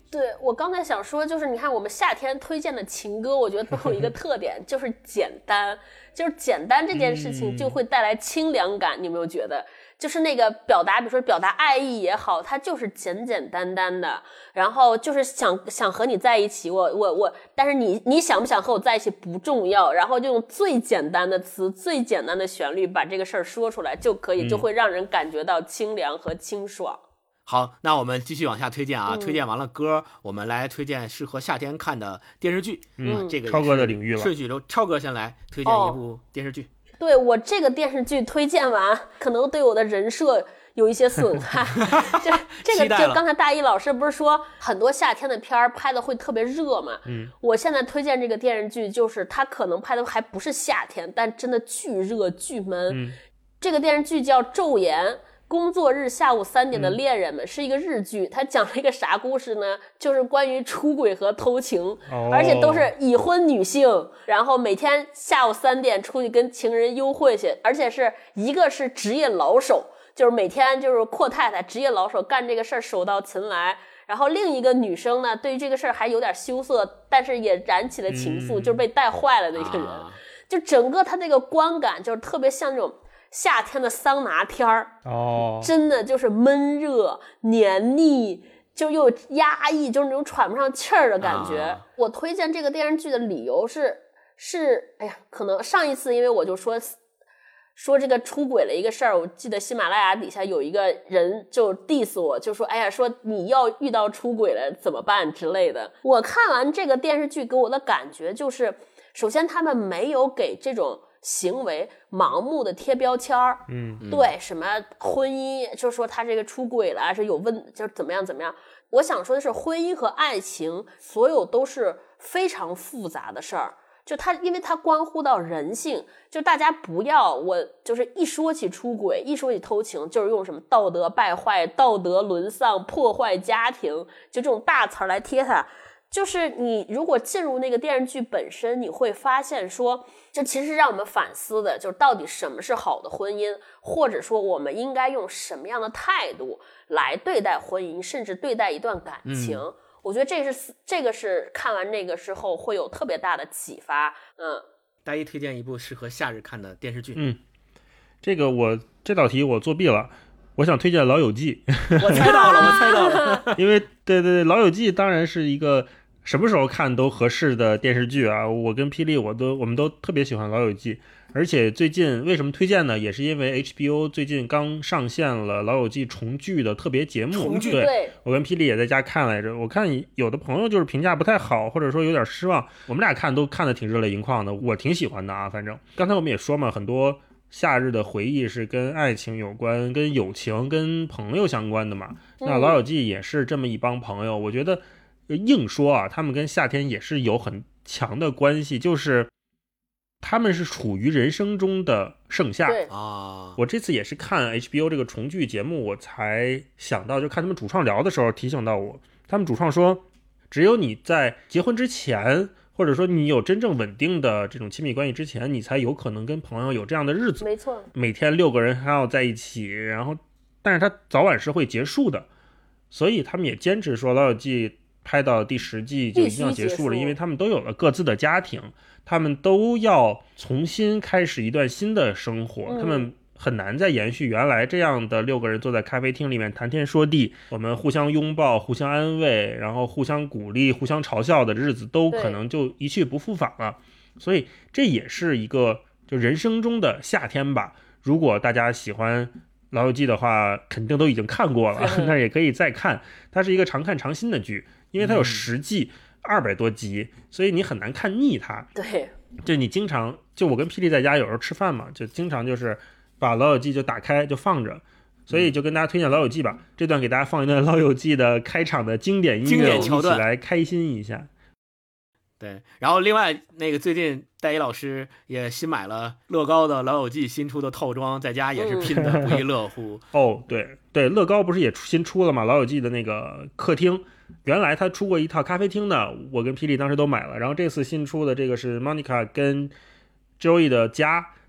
对，我刚才想说，就是你看我们夏天推荐的情歌，我觉得都有一个特点，就是简单，就是简单这件事情就会带来清凉感，嗯、你有没有觉得？就是那个表达，比如说表达爱意也好，它就是简简单单的，然后就是想想和你在一起，我我我，但是你你想不想和我在一起不重要，然后就用最简单的词、最简单的旋律把这个事儿说出来就可以，就会让人感觉到清凉和清爽。 好，那我们继续往下推荐啊！ 嗯、 推荐完了歌，我们来推荐适合夏天看的电视剧。 嗯， 这个超哥的领域了。 顺序由超哥先来推荐一部电视剧。哦、 对，我这个电视剧推荐完，可能对我的人设有一些损害。这这个就刚才大一老师不是说很多夏天的片儿拍的会特别热嘛？ 嗯， 我现在推荐这个电视剧，就是它可能拍的还不是夏天，但真的巨热巨闷。 嗯， 这个电视剧叫《昼颜》。工作日下午三点的恋人们、嗯、是一个日剧，它讲了一个啥故事呢？就是关于出轨和偷情、哦、而且都是已婚女性，然后每天下午三点出去跟情人幽会去，而且是一个是职业老手，就是每天就是阔太太职业老手干这个事儿手到擒来，然后另一个女生呢对于这个事儿还有点羞涩，但是也燃起了情愫、嗯、就是被带坏了的一个人、啊、就整个它这个观感就是特别像这种夏天的桑拿天儿哦， 真的就是闷热、黏腻，就又压抑，就是那种喘不上气儿的感觉、啊。我推荐这个电视剧的理由是是，哎呀，可能上一次因为我就说说这个出轨了一个事儿，我记得喜马拉雅底下有一个人就 diss 我，就说哎呀，说你要遇到出轨了怎么办之类的。我看完这个电视剧给我的感觉就是，首先他们没有给这种行为盲目的贴标签儿， 嗯， 对，什么婚姻就说他这个出轨了是有问，就是怎么样怎么样。我想说的是，婚姻和爱情所有都是非常复杂的事儿，就它因为它关乎到人性，就大家不要我就是一说起出轨，一说起偷情，就是用什么道德败坏、道德沦丧、破坏家庭，就这种大词儿来贴它。就是你如果进入那个电视剧本身，你会发现说，这其实让我们反思的就是到底什么是好的婚姻，或者说我们应该用什么样的态度来对待婚姻，甚至对待一段感情、嗯、我觉得这是这个是看完那个之后会有特别大的启发。嗯， 大一推荐一部适合夏日看的电视剧。 嗯，这个我这道题我作弊了，我想推荐老友记。 我猜到了我猜到了因为对对对，老友记当然是一个什么时候看都合适的电视剧啊！我跟霹雳我都我们都特别喜欢老友记，而且最近为什么推荐呢？也是因为 H B O 最近刚上线了老友记重聚的特别节目。 重聚， 对，我跟霹雳也在家看来着。我看有的朋友就是评价不太好，或者说有点失望，我们俩看都看得挺热泪盈眶的，我挺喜欢的啊。反正刚才我们也说嘛，很多夏日的回忆是跟爱情有关，跟友情跟朋友相关的嘛。那老友记也是这么一帮朋友，我觉得硬说啊，他们跟夏天也是有很强的关系，就是他们是处于人生中的盛夏啊。 我这次也是看 H B O 这个重聚节目，我才想到，就看他们主创聊的时候提醒到我，他们主创说，只有你在结婚之前，或者说你有真正稳定的这种亲密关系之前，你才有可能跟朋友有这样的日子。 没错， 每天六个人还要在一起，然后但是他早晚是会结束的，所以他们也坚持说老友记拍到第十季就一定要结束了，因为他们都有了各自的家庭，他们都要重新开始一段新的生活、嗯、他们很难再延续原来这样的六个人坐在咖啡厅里面谈天说地，我们互相拥抱互相安慰，然后互相鼓励互相嘲笑的日子都可能就一去不复返了。所以这也是一个就人生中的夏天吧。如果大家喜欢老友记的话，肯定都已经看过了，那也可以再看。它是一个常看常新的剧，因为它有十季二百、嗯、多集，所以你很难看腻它。 对， 就你经常就我跟霹雳在家有时候吃饭嘛，就经常就是把老友记就打开就放着，所以就跟大家推荐老友记吧。嗯、这段给大家放一段老友记的开场的经典音乐， 经典桥段， 一起来开心一下。 对，然后另外那个最近戴一老师也新买了乐高的老友记新出的套装，在家也是拼得不亦乐乎。 哦，对对，乐高不是也新出了吗？老友记的那个客厅，原来他出过一套咖啡厅的，我跟霹雳当时都买了，然后这次新出的这个是 Monica 跟 Joey 的家，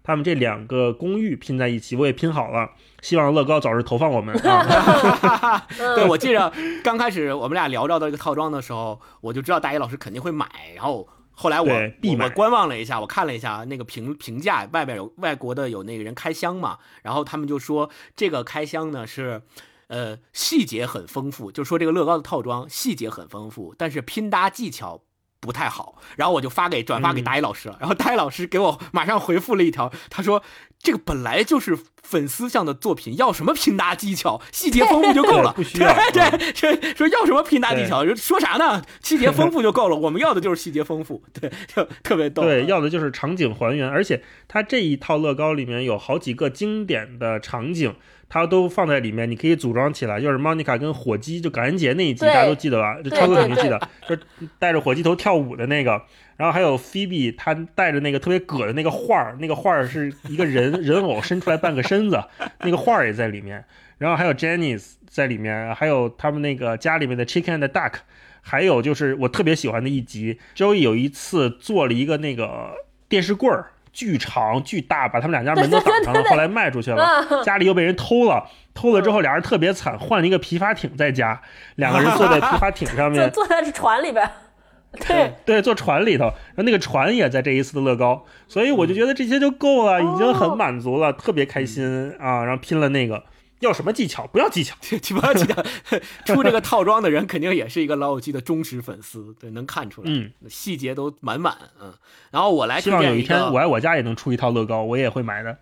他们这两个公寓拼在一起，我也拼好了，希望乐高早日投放我们啊！ 对，我记着刚开始我们俩聊到这个套装的时候，我就知道大一老师肯定会买，然后后来我我, 我观望了一下，我看了一下那个评评价，外边有外国的有那个人开箱嘛，然后他们就说这个开箱呢是。呃，细节很丰富，就说这个乐高的套装细节很丰富，但是拼搭技巧不太好。然后我就发给转发给大一老师了，嗯、然后大一老师给我马上回复了一条，他说这个本来就是粉丝向的作品，要什么拼搭技巧，细节丰富就够了。 不需要。 对对、嗯，说要什么拼搭技巧，说啥呢？细节丰富就够了，我们要的就是细节丰富。对，就特别逗。 对，要的就是场景还原，而且它这一套乐高里面有好几个经典的场景。它都放在里面，你可以组装起来。就是莫妮卡跟火鸡，就感恩节那一集，大家都记得吧？就超哥肯定记得，就带着火鸡头跳舞的那个。然后还有菲比，她带着那个特别葛的那个画儿，那个画儿是一个人人偶伸出来半个身子，那个画儿也在里面。然后还有 Janice 在里面，还有他们那个家里面的 Chicken and Duck， 还有就是我特别喜欢的一集 ，Joey 有一次做了一个那个电视柜儿。巨长巨大，把他们两家门都挡上了，后来卖出去了，家里又被人偷了，偷了之后俩人特别惨，换了一个皮筏艇在家，两个人坐在皮筏艇上面， 坐在船里边，对对，坐船里头，然后那个船也在这一次的乐高，所以我就觉得这些就够了，已经很满足了，特别开心啊，然后拼了那个。要什么技巧？不要技巧， 不要技巧。出这个套装的人肯定也是一个老友记的忠实粉丝，对，能看出来，嗯，细节都满满，嗯。然后我来推荐一个， 希望有一天我爱我家也能出一套乐高，我也会买的。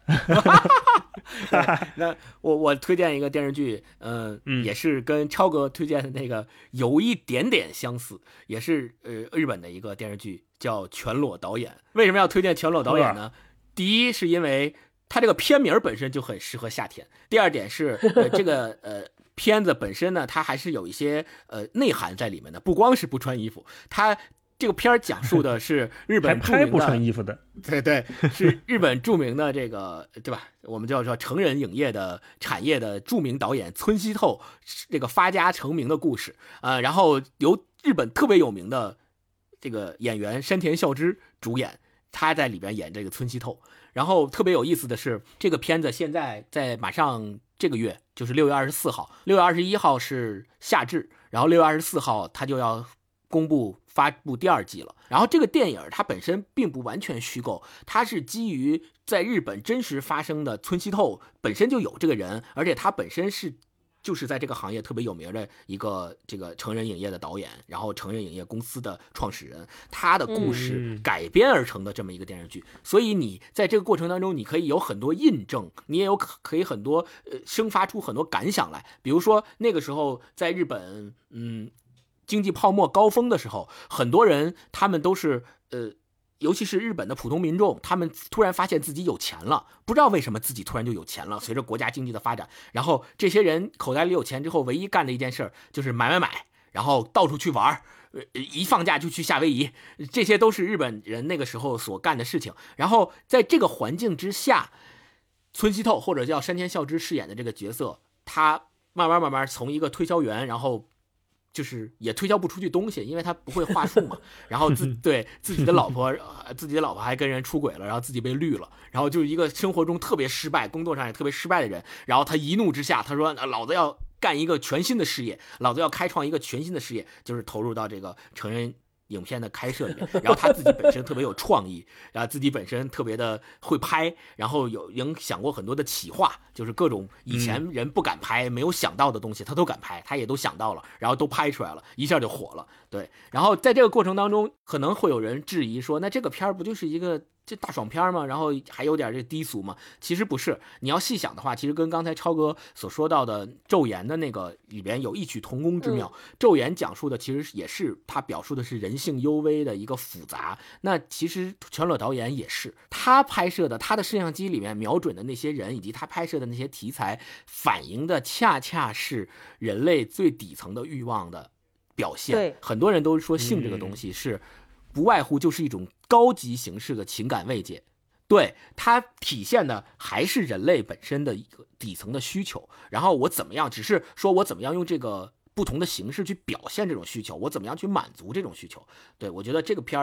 那我我推荐一个电视剧，呃、嗯，也是跟超哥推荐的那个有一点点相似，也是呃日本的一个电视剧，叫《全裸导演》。为什么要推荐《全裸导演》呢？第一是因为它这个片名本身就很适合夏天。第二点是，呃，这个呃片子本身呢，它还是有一些呃内涵在里面的，不光是不穿衣服。它这个片儿讲述的是日本著名的， 还拍不穿衣服的， 对对，是日本著名的这个对吧？我们叫做成人影业的产业的著名导演村西透这个发家成名的故事啊、呃，然后由日本特别有名的这个演员山田孝之主演，他在里边演这个村西透。然后特别有意思的是，这个片子现在在马上这个月，就是六月二十四号，六月二十一号是夏至，然后六月二十四号它就要公布发布第二季了。然后这个电影它本身并不完全虚构，它是基于在日本真实发生的村西透本身就有这个人，而且他本身是就是在这个行业特别有名的一个这个成人影业的导演，然后成人影业公司的创始人，他的故事改编而成的这么一个电视剧。嗯、所以你在这个过程当中，你可以有很多印证，你也有可以很多呃生发出很多感想来。比如说那个时候在日本，嗯，经济泡沫高峰的时候，很多人他们都是呃。尤其是日本的普通民众，他们突然发现自己有钱了，不知道为什么自己突然就有钱了。随着国家经济的发展，然后这些人口袋里有钱之后，唯一干的一件事就是买买买，然后到处去玩，一放假就去夏威夷，这些都是日本人那个时候所干的事情。然后在这个环境之下，村西透或者叫山田孝之饰演的这个角色，他慢慢慢慢从一个推销员，然后就是也推销不出去东西，因为他不会话术嘛。然后自对自己的老婆，自己的老婆还跟人出轨了，然后自己被绿了，然后就是一个生活中特别失败，工作上也特别失败的人。然后他一怒之下，他说：“老子要干一个全新的事业，老子要开创一个全新的事业，就是投入到这个成人影片的开设里面。”然后他自己本身特别有创意，然后自己本身特别的会拍，然后有影响过很多的企划，就是各种以前人不敢拍、嗯、没有想到的东西，他都敢拍，他也都想到了，然后都拍出来了，一下就火了。对，然后在这个过程当中，可能会有人质疑说，那这个片儿不就是一个这大爽片吗？然后还有点这低俗吗？其实不是，你要细想的话，其实跟刚才超哥所说到的《昼颜》的那个里边有异曲同工之妙。嗯、昼颜讲述的其实也是他表述的是人性幽微的一个复杂。那其实全裸导演也是，他拍摄的他的摄像机里面瞄准的那些人，以及他拍摄的那些题材，反映的恰恰是人类最底层的欲望的表现。 对， 很多人都说性这个东西是不外乎就是一种高级形式的情感慰藉，对，它体现的还是人类本身的一个底层的需求。然后我怎么样，只是说我怎么样用这个不同的形式去表现这种需求，我怎么样去满足这种需求。对，我觉得这个片儿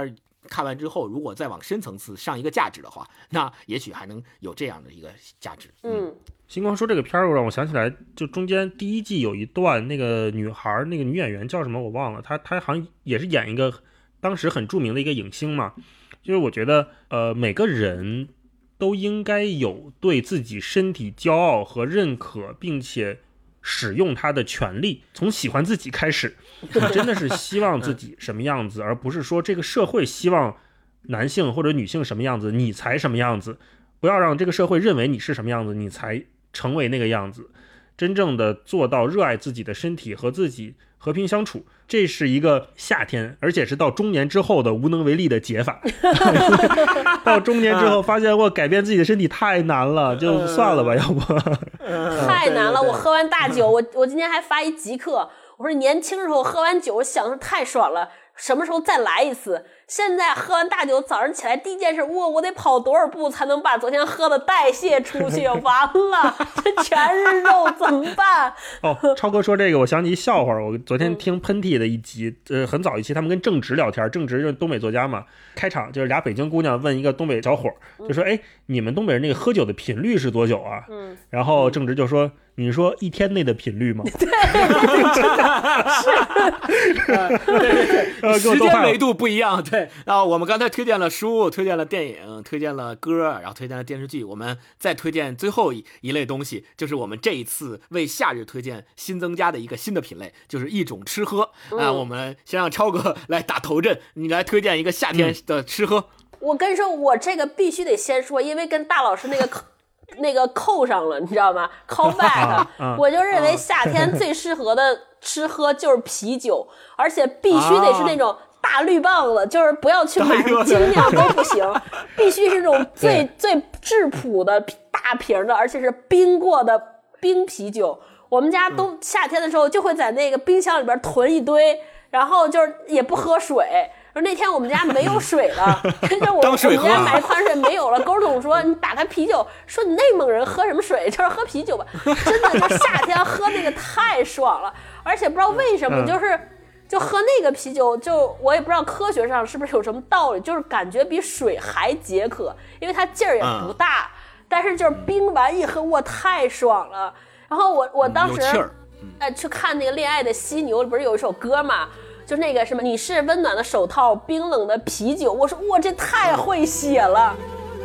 看完之后，如果再往深层次上一个价值的话，那也许还能有这样的一个价值。 嗯， 星光说这个片儿让我想起来，就中间第一季有一段，那个女孩，那个女演员叫什么我忘了，她她好像也是演一个当时很著名的一个影星嘛。就是我觉得，呃，每个人都应该有对自己身体骄傲和认可，并且使用它的权利，从喜欢自己开始。你真的是希望自己什么样子，而不是说这个社会希望男性或者女性什么样子，你才什么样子。不要让这个社会认为你是什么样子，你才成为那个样子。真正的做到热爱自己的身体和自己和平相处，这是一个夏天，而且是到中年之后的无能为力的解法。到中年之后发现我改变自己的身体太难了，就算了吧，要不太难了。我喝完大酒，我我今天还发一极客，我说年轻时候喝完酒想的太爽了，什么时候再来一次。现在喝完大酒，早上起来第一件事，哇，我得跑多少步才能把昨天喝的代谢出去？完了，这全是肉，怎么办？ 哦，超哥说这个，我想起一笑话。我昨天听喷嚏的一集，呃，很早一期，他们跟郑直聊天，郑直就是东北作家嘛。开场就是俩北京姑娘问一个东北小伙，就说：“哎，你们东北人那个喝酒的频率是多久啊？”嗯，然后郑直就说：“你说一天内的频率吗？” 对，真的是，对对，时间维度不一样。对，然后我们刚才推荐了书，推荐了电影，推荐了歌，然后推荐了电视剧，我们再推荐最后一一类东西，就是我们这一次为夏日推荐新增加的一个新的品类，就是一种吃喝。啊、呃，我们先让超哥来打头阵，你来推荐一个夏天的吃喝。 嗯、我跟你说，我这个必须得先说，因为跟大老师那个那个扣上了，你知道吗 ？call back，、啊啊、我就认为夏天最适合的吃喝就是啤酒，而且必须得是那种大绿棒子，就是不要去买什么精酿都不行，必须是那种最最质朴的大瓶的，而且是冰过的冰啤酒。我们家冬夏天的时候就会在那个冰箱里边囤一堆，然后就是也不喝水。那天我们家没有水了，就我我们家买矿泉水没有了。狗总说你打开啤酒，说你内蒙人喝什么水，就是喝啤酒吧。真的，就夏天喝那个太爽了，而且不知道为什么，就是就喝那个啤酒，就我也不知道科学上是不是有什么道理，就是感觉比水还解渴，因为它劲儿也不大，但是就是冰完一喝，哇，太爽了。然后我我当时呃去看那个《恋爱的犀牛》，不是有一首歌嘛？就那个什么，你是温暖的手套，冰冷的啤酒。我说，哇，这太会写了。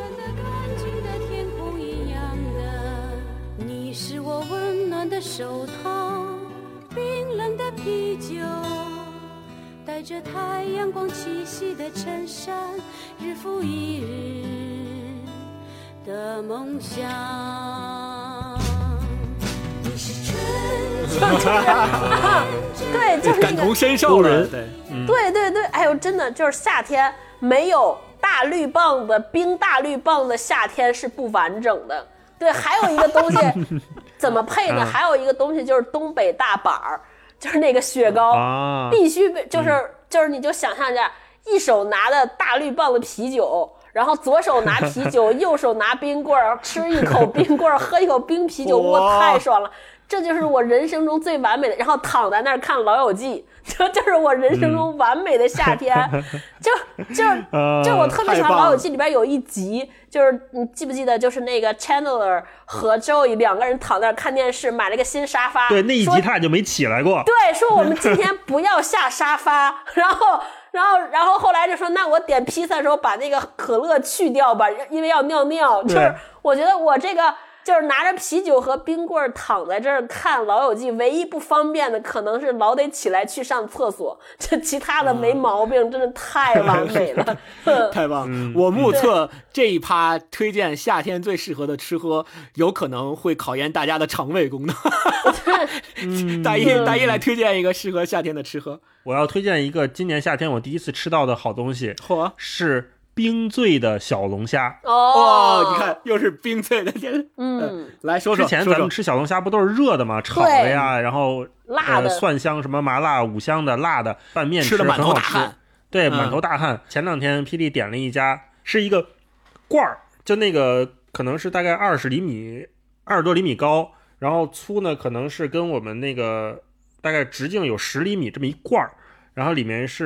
你是我温暖的手套，冰冷的啤酒，带着太阳光气息的衬衫，日复一日的梦想。你是春对，就是、那个、 感同身受了，对、 嗯，对对对，哎呦，真的就是夏天没有大绿棒子，冰大绿棒子，夏天是不完整的。对，还有一个东西怎么配呢？还有一个东西就是东北大板儿，就是那个雪糕，啊、必须就是、嗯、就是你就想象一下，一手拿的大绿棒子啤酒。然后左手拿啤酒，右手拿冰棍儿，吃一口冰棍儿，喝一口冰啤酒，哇，太爽了！这就是我人生中最完美的。然后躺在那儿看《老友记》，这就是我人生中完美的夏天。嗯、就就就我特别喜欢《老友记》里边有一集，就是你记不记得，就是那个 Chandler 和 Joey 两个人躺在那儿看电视，买了个新沙发。 对，那一集他就没起来过。 对，说我们今天不要下沙发，然后。然后，然后后来就说，那我点披萨的时候把那个可乐去掉吧，因为要尿尿。就是我觉得我这个就是拿着啤酒和冰棍躺在这儿看《老友记》，唯一不方便的可能是老得起来去上厕所，这其他的没毛病，嗯、真的太完美了， 太棒了！嗯、我目测这一趴推荐夏天最适合的吃喝，有可能会考验大家的肠胃功能。嗯、大一大一来推荐一个适合夏天的吃喝。 我要推荐一个今年夏天我第一次吃到的好东西，是冰醉的小龙虾。 哦，你看又是冰醉的，嗯，来说说。 之前咱们吃小龙虾不都是热的吗？炒的呀，然后辣的、 呃、蒜香什么麻辣五香的辣的拌面吃的满头大汗。 对，满头大汗。嗯、前两天霹雳点了一家，是一个罐儿，就那个可能是大概二十厘米，二十多厘米高，然后粗呢可能是跟我们那个。大概直径有十厘米这么一罐儿，然后里面是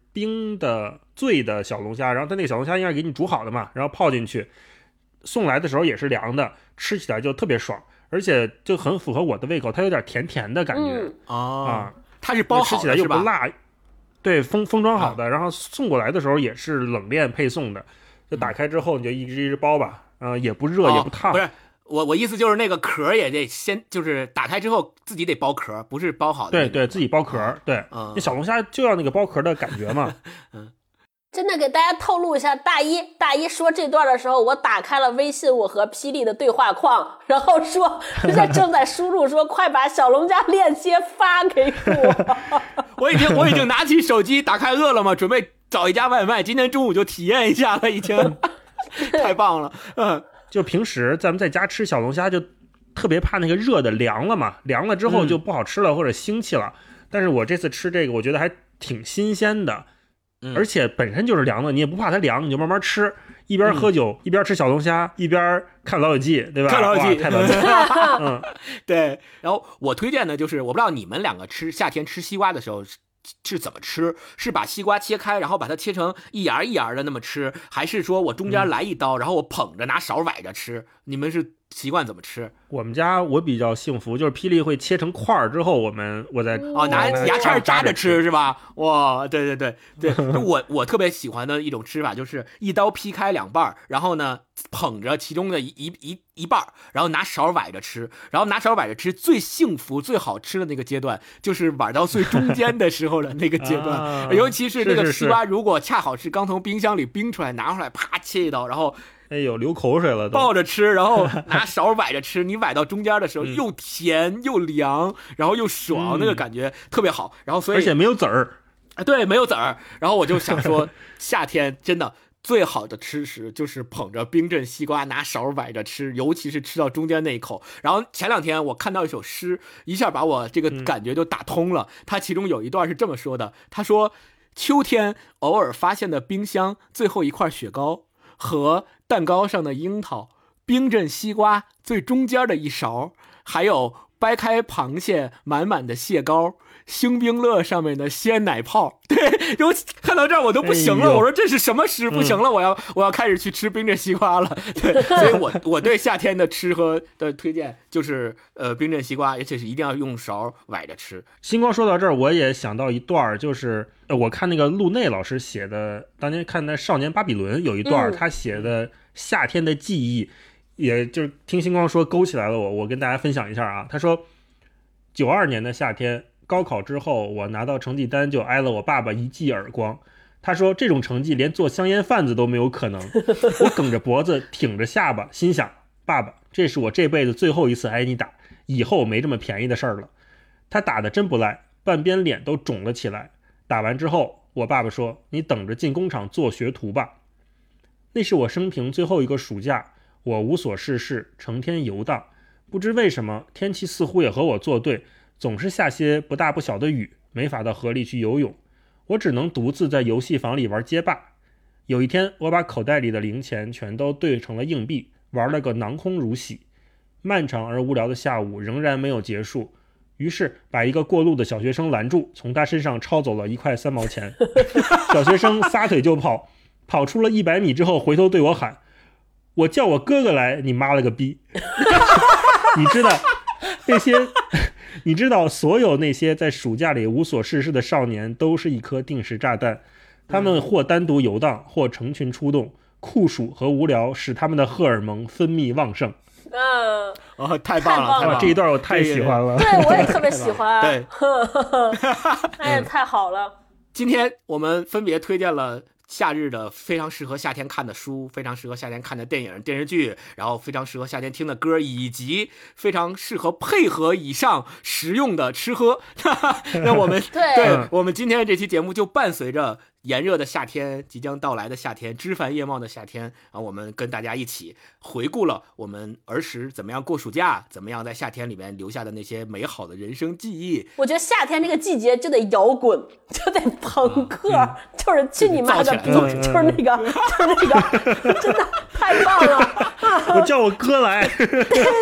冰的醉的小龙虾，然后它那个小龙虾应该是给你煮好的嘛，然后泡进去，送来的时候也是凉的，吃起来就特别爽，而且就很符合我的胃口，它有点甜甜的感觉、 嗯、 啊，它是包好的， 吃起来又不辣，对，封封装好的、啊，然后送过来的时候也是冷链配送的，就打开之后你就一只一只包吧，呃，也不热、哦、也不烫， 不是。我我意思就是那个壳也得先，就是打开之后自己得剥壳，不是包好的。 对对，自己剥壳。对， 嗯， 那小龙虾就要那个剥壳的感觉嘛。 嗯， 真的给大家透露一下，大一大一说这段的时候，我打开了微信我和霹雳的对话框，然后说正在输入说快把小龙虾链接发给我。 我已经我已经拿起手机打开饿了么，准备找一家外卖，今天中午就体验一下了，已经太棒了。嗯。 就平时咱们在家吃小龙虾就特别怕那个热的凉了嘛，凉了之后就不好吃了、嗯、或者腥气了，但是我这次吃这个我觉得还挺新鲜的、嗯、而且本身就是凉的，你也不怕它凉，你就慢慢吃，一边喝酒、嗯、一边吃小龙虾，一边看老友记，对吧？ 看老友记太完美了。 嗯，对。然后我推荐的就是我不知道你们两个吃夏天吃西瓜的时候是怎么吃，是把西瓜切开然后把它切成一芽一芽的那么吃，还是说我中间来一刀、嗯、然后我捧着拿勺崴着吃？你们是习惯怎么吃？ 我们家我比较幸福，就是霹雳会切成块儿之后我们我再哦拿牙签扎着吃是吧？哇，对对对对，我我特别喜欢的一种吃法就是一刀劈开两半，然后呢捧着其中的一一一一半，然后拿勺崴着吃，然后拿勺崴着吃最幸福最好吃的那个阶段就是崴到最中间的时候的那个阶段、啊、尤其是那个西瓜如果恰好是刚从冰箱里冰出来拿出来啪切一刀，然后哎呦流口水了都， 抱着吃，然后拿勺崴着吃，你崴到中间的时候又甜又凉然后又爽、嗯、那个感觉特别好，然后所以而且没有籽儿， 对，没有籽儿，然后我就想说夏天真的最好的吃食就是捧着冰镇西瓜拿勺崴着吃，尤其是吃到中间那一口。然后前两天我看到一首诗，一下把我这个感觉就打通了、嗯、它其中有一段是这么说的，他说秋天偶尔发现的冰箱最后一块雪糕和蛋糕上的樱桃，冰镇西瓜最中间的一勺，还有掰开螃蟹满满的蟹膏，星冰乐上面的鲜奶泡。对，就看到这儿我都不行了、哎、我说这是什么诗？不行了、嗯、我要我要开始去吃冰镇西瓜了。对，所以我我对夏天的吃喝的推荐就是呃冰镇西瓜，而且是一定要用勺崴着吃。 星光说到这儿我也想到一段，就是呃我看那个陆内老师写的，当年看那少年巴比伦有一段、嗯、他写的夏天的记忆，也就是听星光说勾起来了我，我跟大家分享一下啊。他说九二年的夏天，高考之后我拿到成绩单就挨了我爸爸一记耳光，他说这种成绩连做香烟贩子都没有可能。我梗着脖子挺着下巴心想，爸爸这是我这辈子最后一次挨你打，以后没这么便宜的事儿了。他打得真不赖，半边脸都肿了起来。打完之后我爸爸说，你等着进工厂做学徒吧。那是我生平最后一个暑假，我无所事事，成天游荡。不知为什么天气似乎也和我作对，总是下些不大不小的雨，没法到河里去游泳，我只能独自在游戏房里玩街霸。有一天我把口袋里的零钱全都兑成了硬币，玩了个囊空如洗。漫长而无聊的下午仍然没有结束，于是把一个过路的小学生拦住，从他身上抄走了一块三毛钱。小学生撒腿就跑，跑出了一百米之后回头对我喊，我叫我哥哥来，你妈了个逼。你知道那些你知道所有那些在暑假里无所事事的少年都是一颗定时炸弹，他们或单独游荡，或成群出动，酷暑和无聊使他们的荷尔蒙分泌旺盛。 嗯， 哦，太棒了， 太棒了， 这一段我太喜欢了。 对，我也特别喜欢。 对， 哎，太好了。 今天我们分别推荐了夏日的非常适合夏天看的书，非常适合夏天看的电影电视剧，然后非常适合夏天听的歌，以及非常适合配合以上实用的吃喝。那我们对, 对我们今天这期节目就伴随着炎热的夏天，即将到来的夏天，枝繁叶茂的夏天啊，我们跟大家一起回顾了我们儿时怎么样过暑假，怎么样在夏天里面留下的那些美好的人生记忆。 我觉得夏天这个季节就得摇滚，就得朋克，啊嗯、就是去你妈的，就是就是那个，就是那个，真的太棒了！ 我叫我哥来。 对对对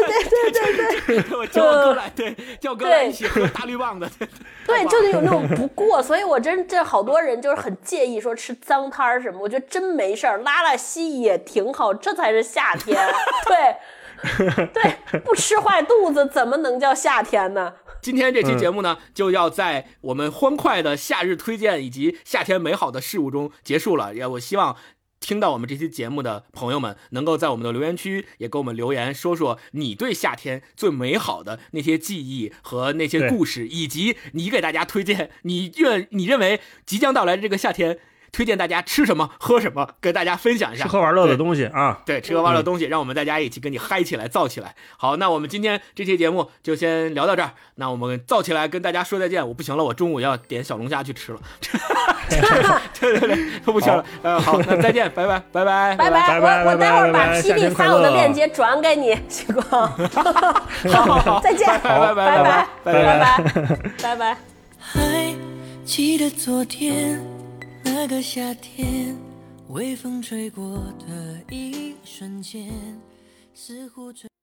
对对对，我叫我哥来，对，叫哥来一起喝大绿棒的，对， 对，就是有那种不过，所以我真这好多人就是很介意说吃脏摊儿什么，我觉得真没事儿，拉拉稀也挺好，这才是夏天，对对，不吃坏肚子怎么能叫夏天呢？ 今天这期节目呢、嗯，就要在我们欢快的夏日推荐以及夏天美好的事物中结束了。也我希望听到我们这期节目的朋友们，能够在我们的留言区也给我们留言，说说你对夏天最美好的那些记忆和那些故事，以及你给大家推荐你认你认为即将到来的这个夏天。推荐大家吃什么喝什么，跟大家分享一下吃喝玩乐的东西啊， 对，吃喝玩乐的东西、嗯、让我们大家一起跟你嗨起来造起来。好，那我们今天这期节目就先聊到这儿，那我们造起来跟大家说再见。我不行了，我中午要点小龙虾去吃了对对对，不行了。呃，好，那再见，拜拜拜拜拜拜拜，我我待会儿把霹雳发我的链接转给你，星光好好好， 再见， 拜拜拜拜拜拜拜拜拜。 还记得昨天那个夏天，微风吹过的一瞬间，似乎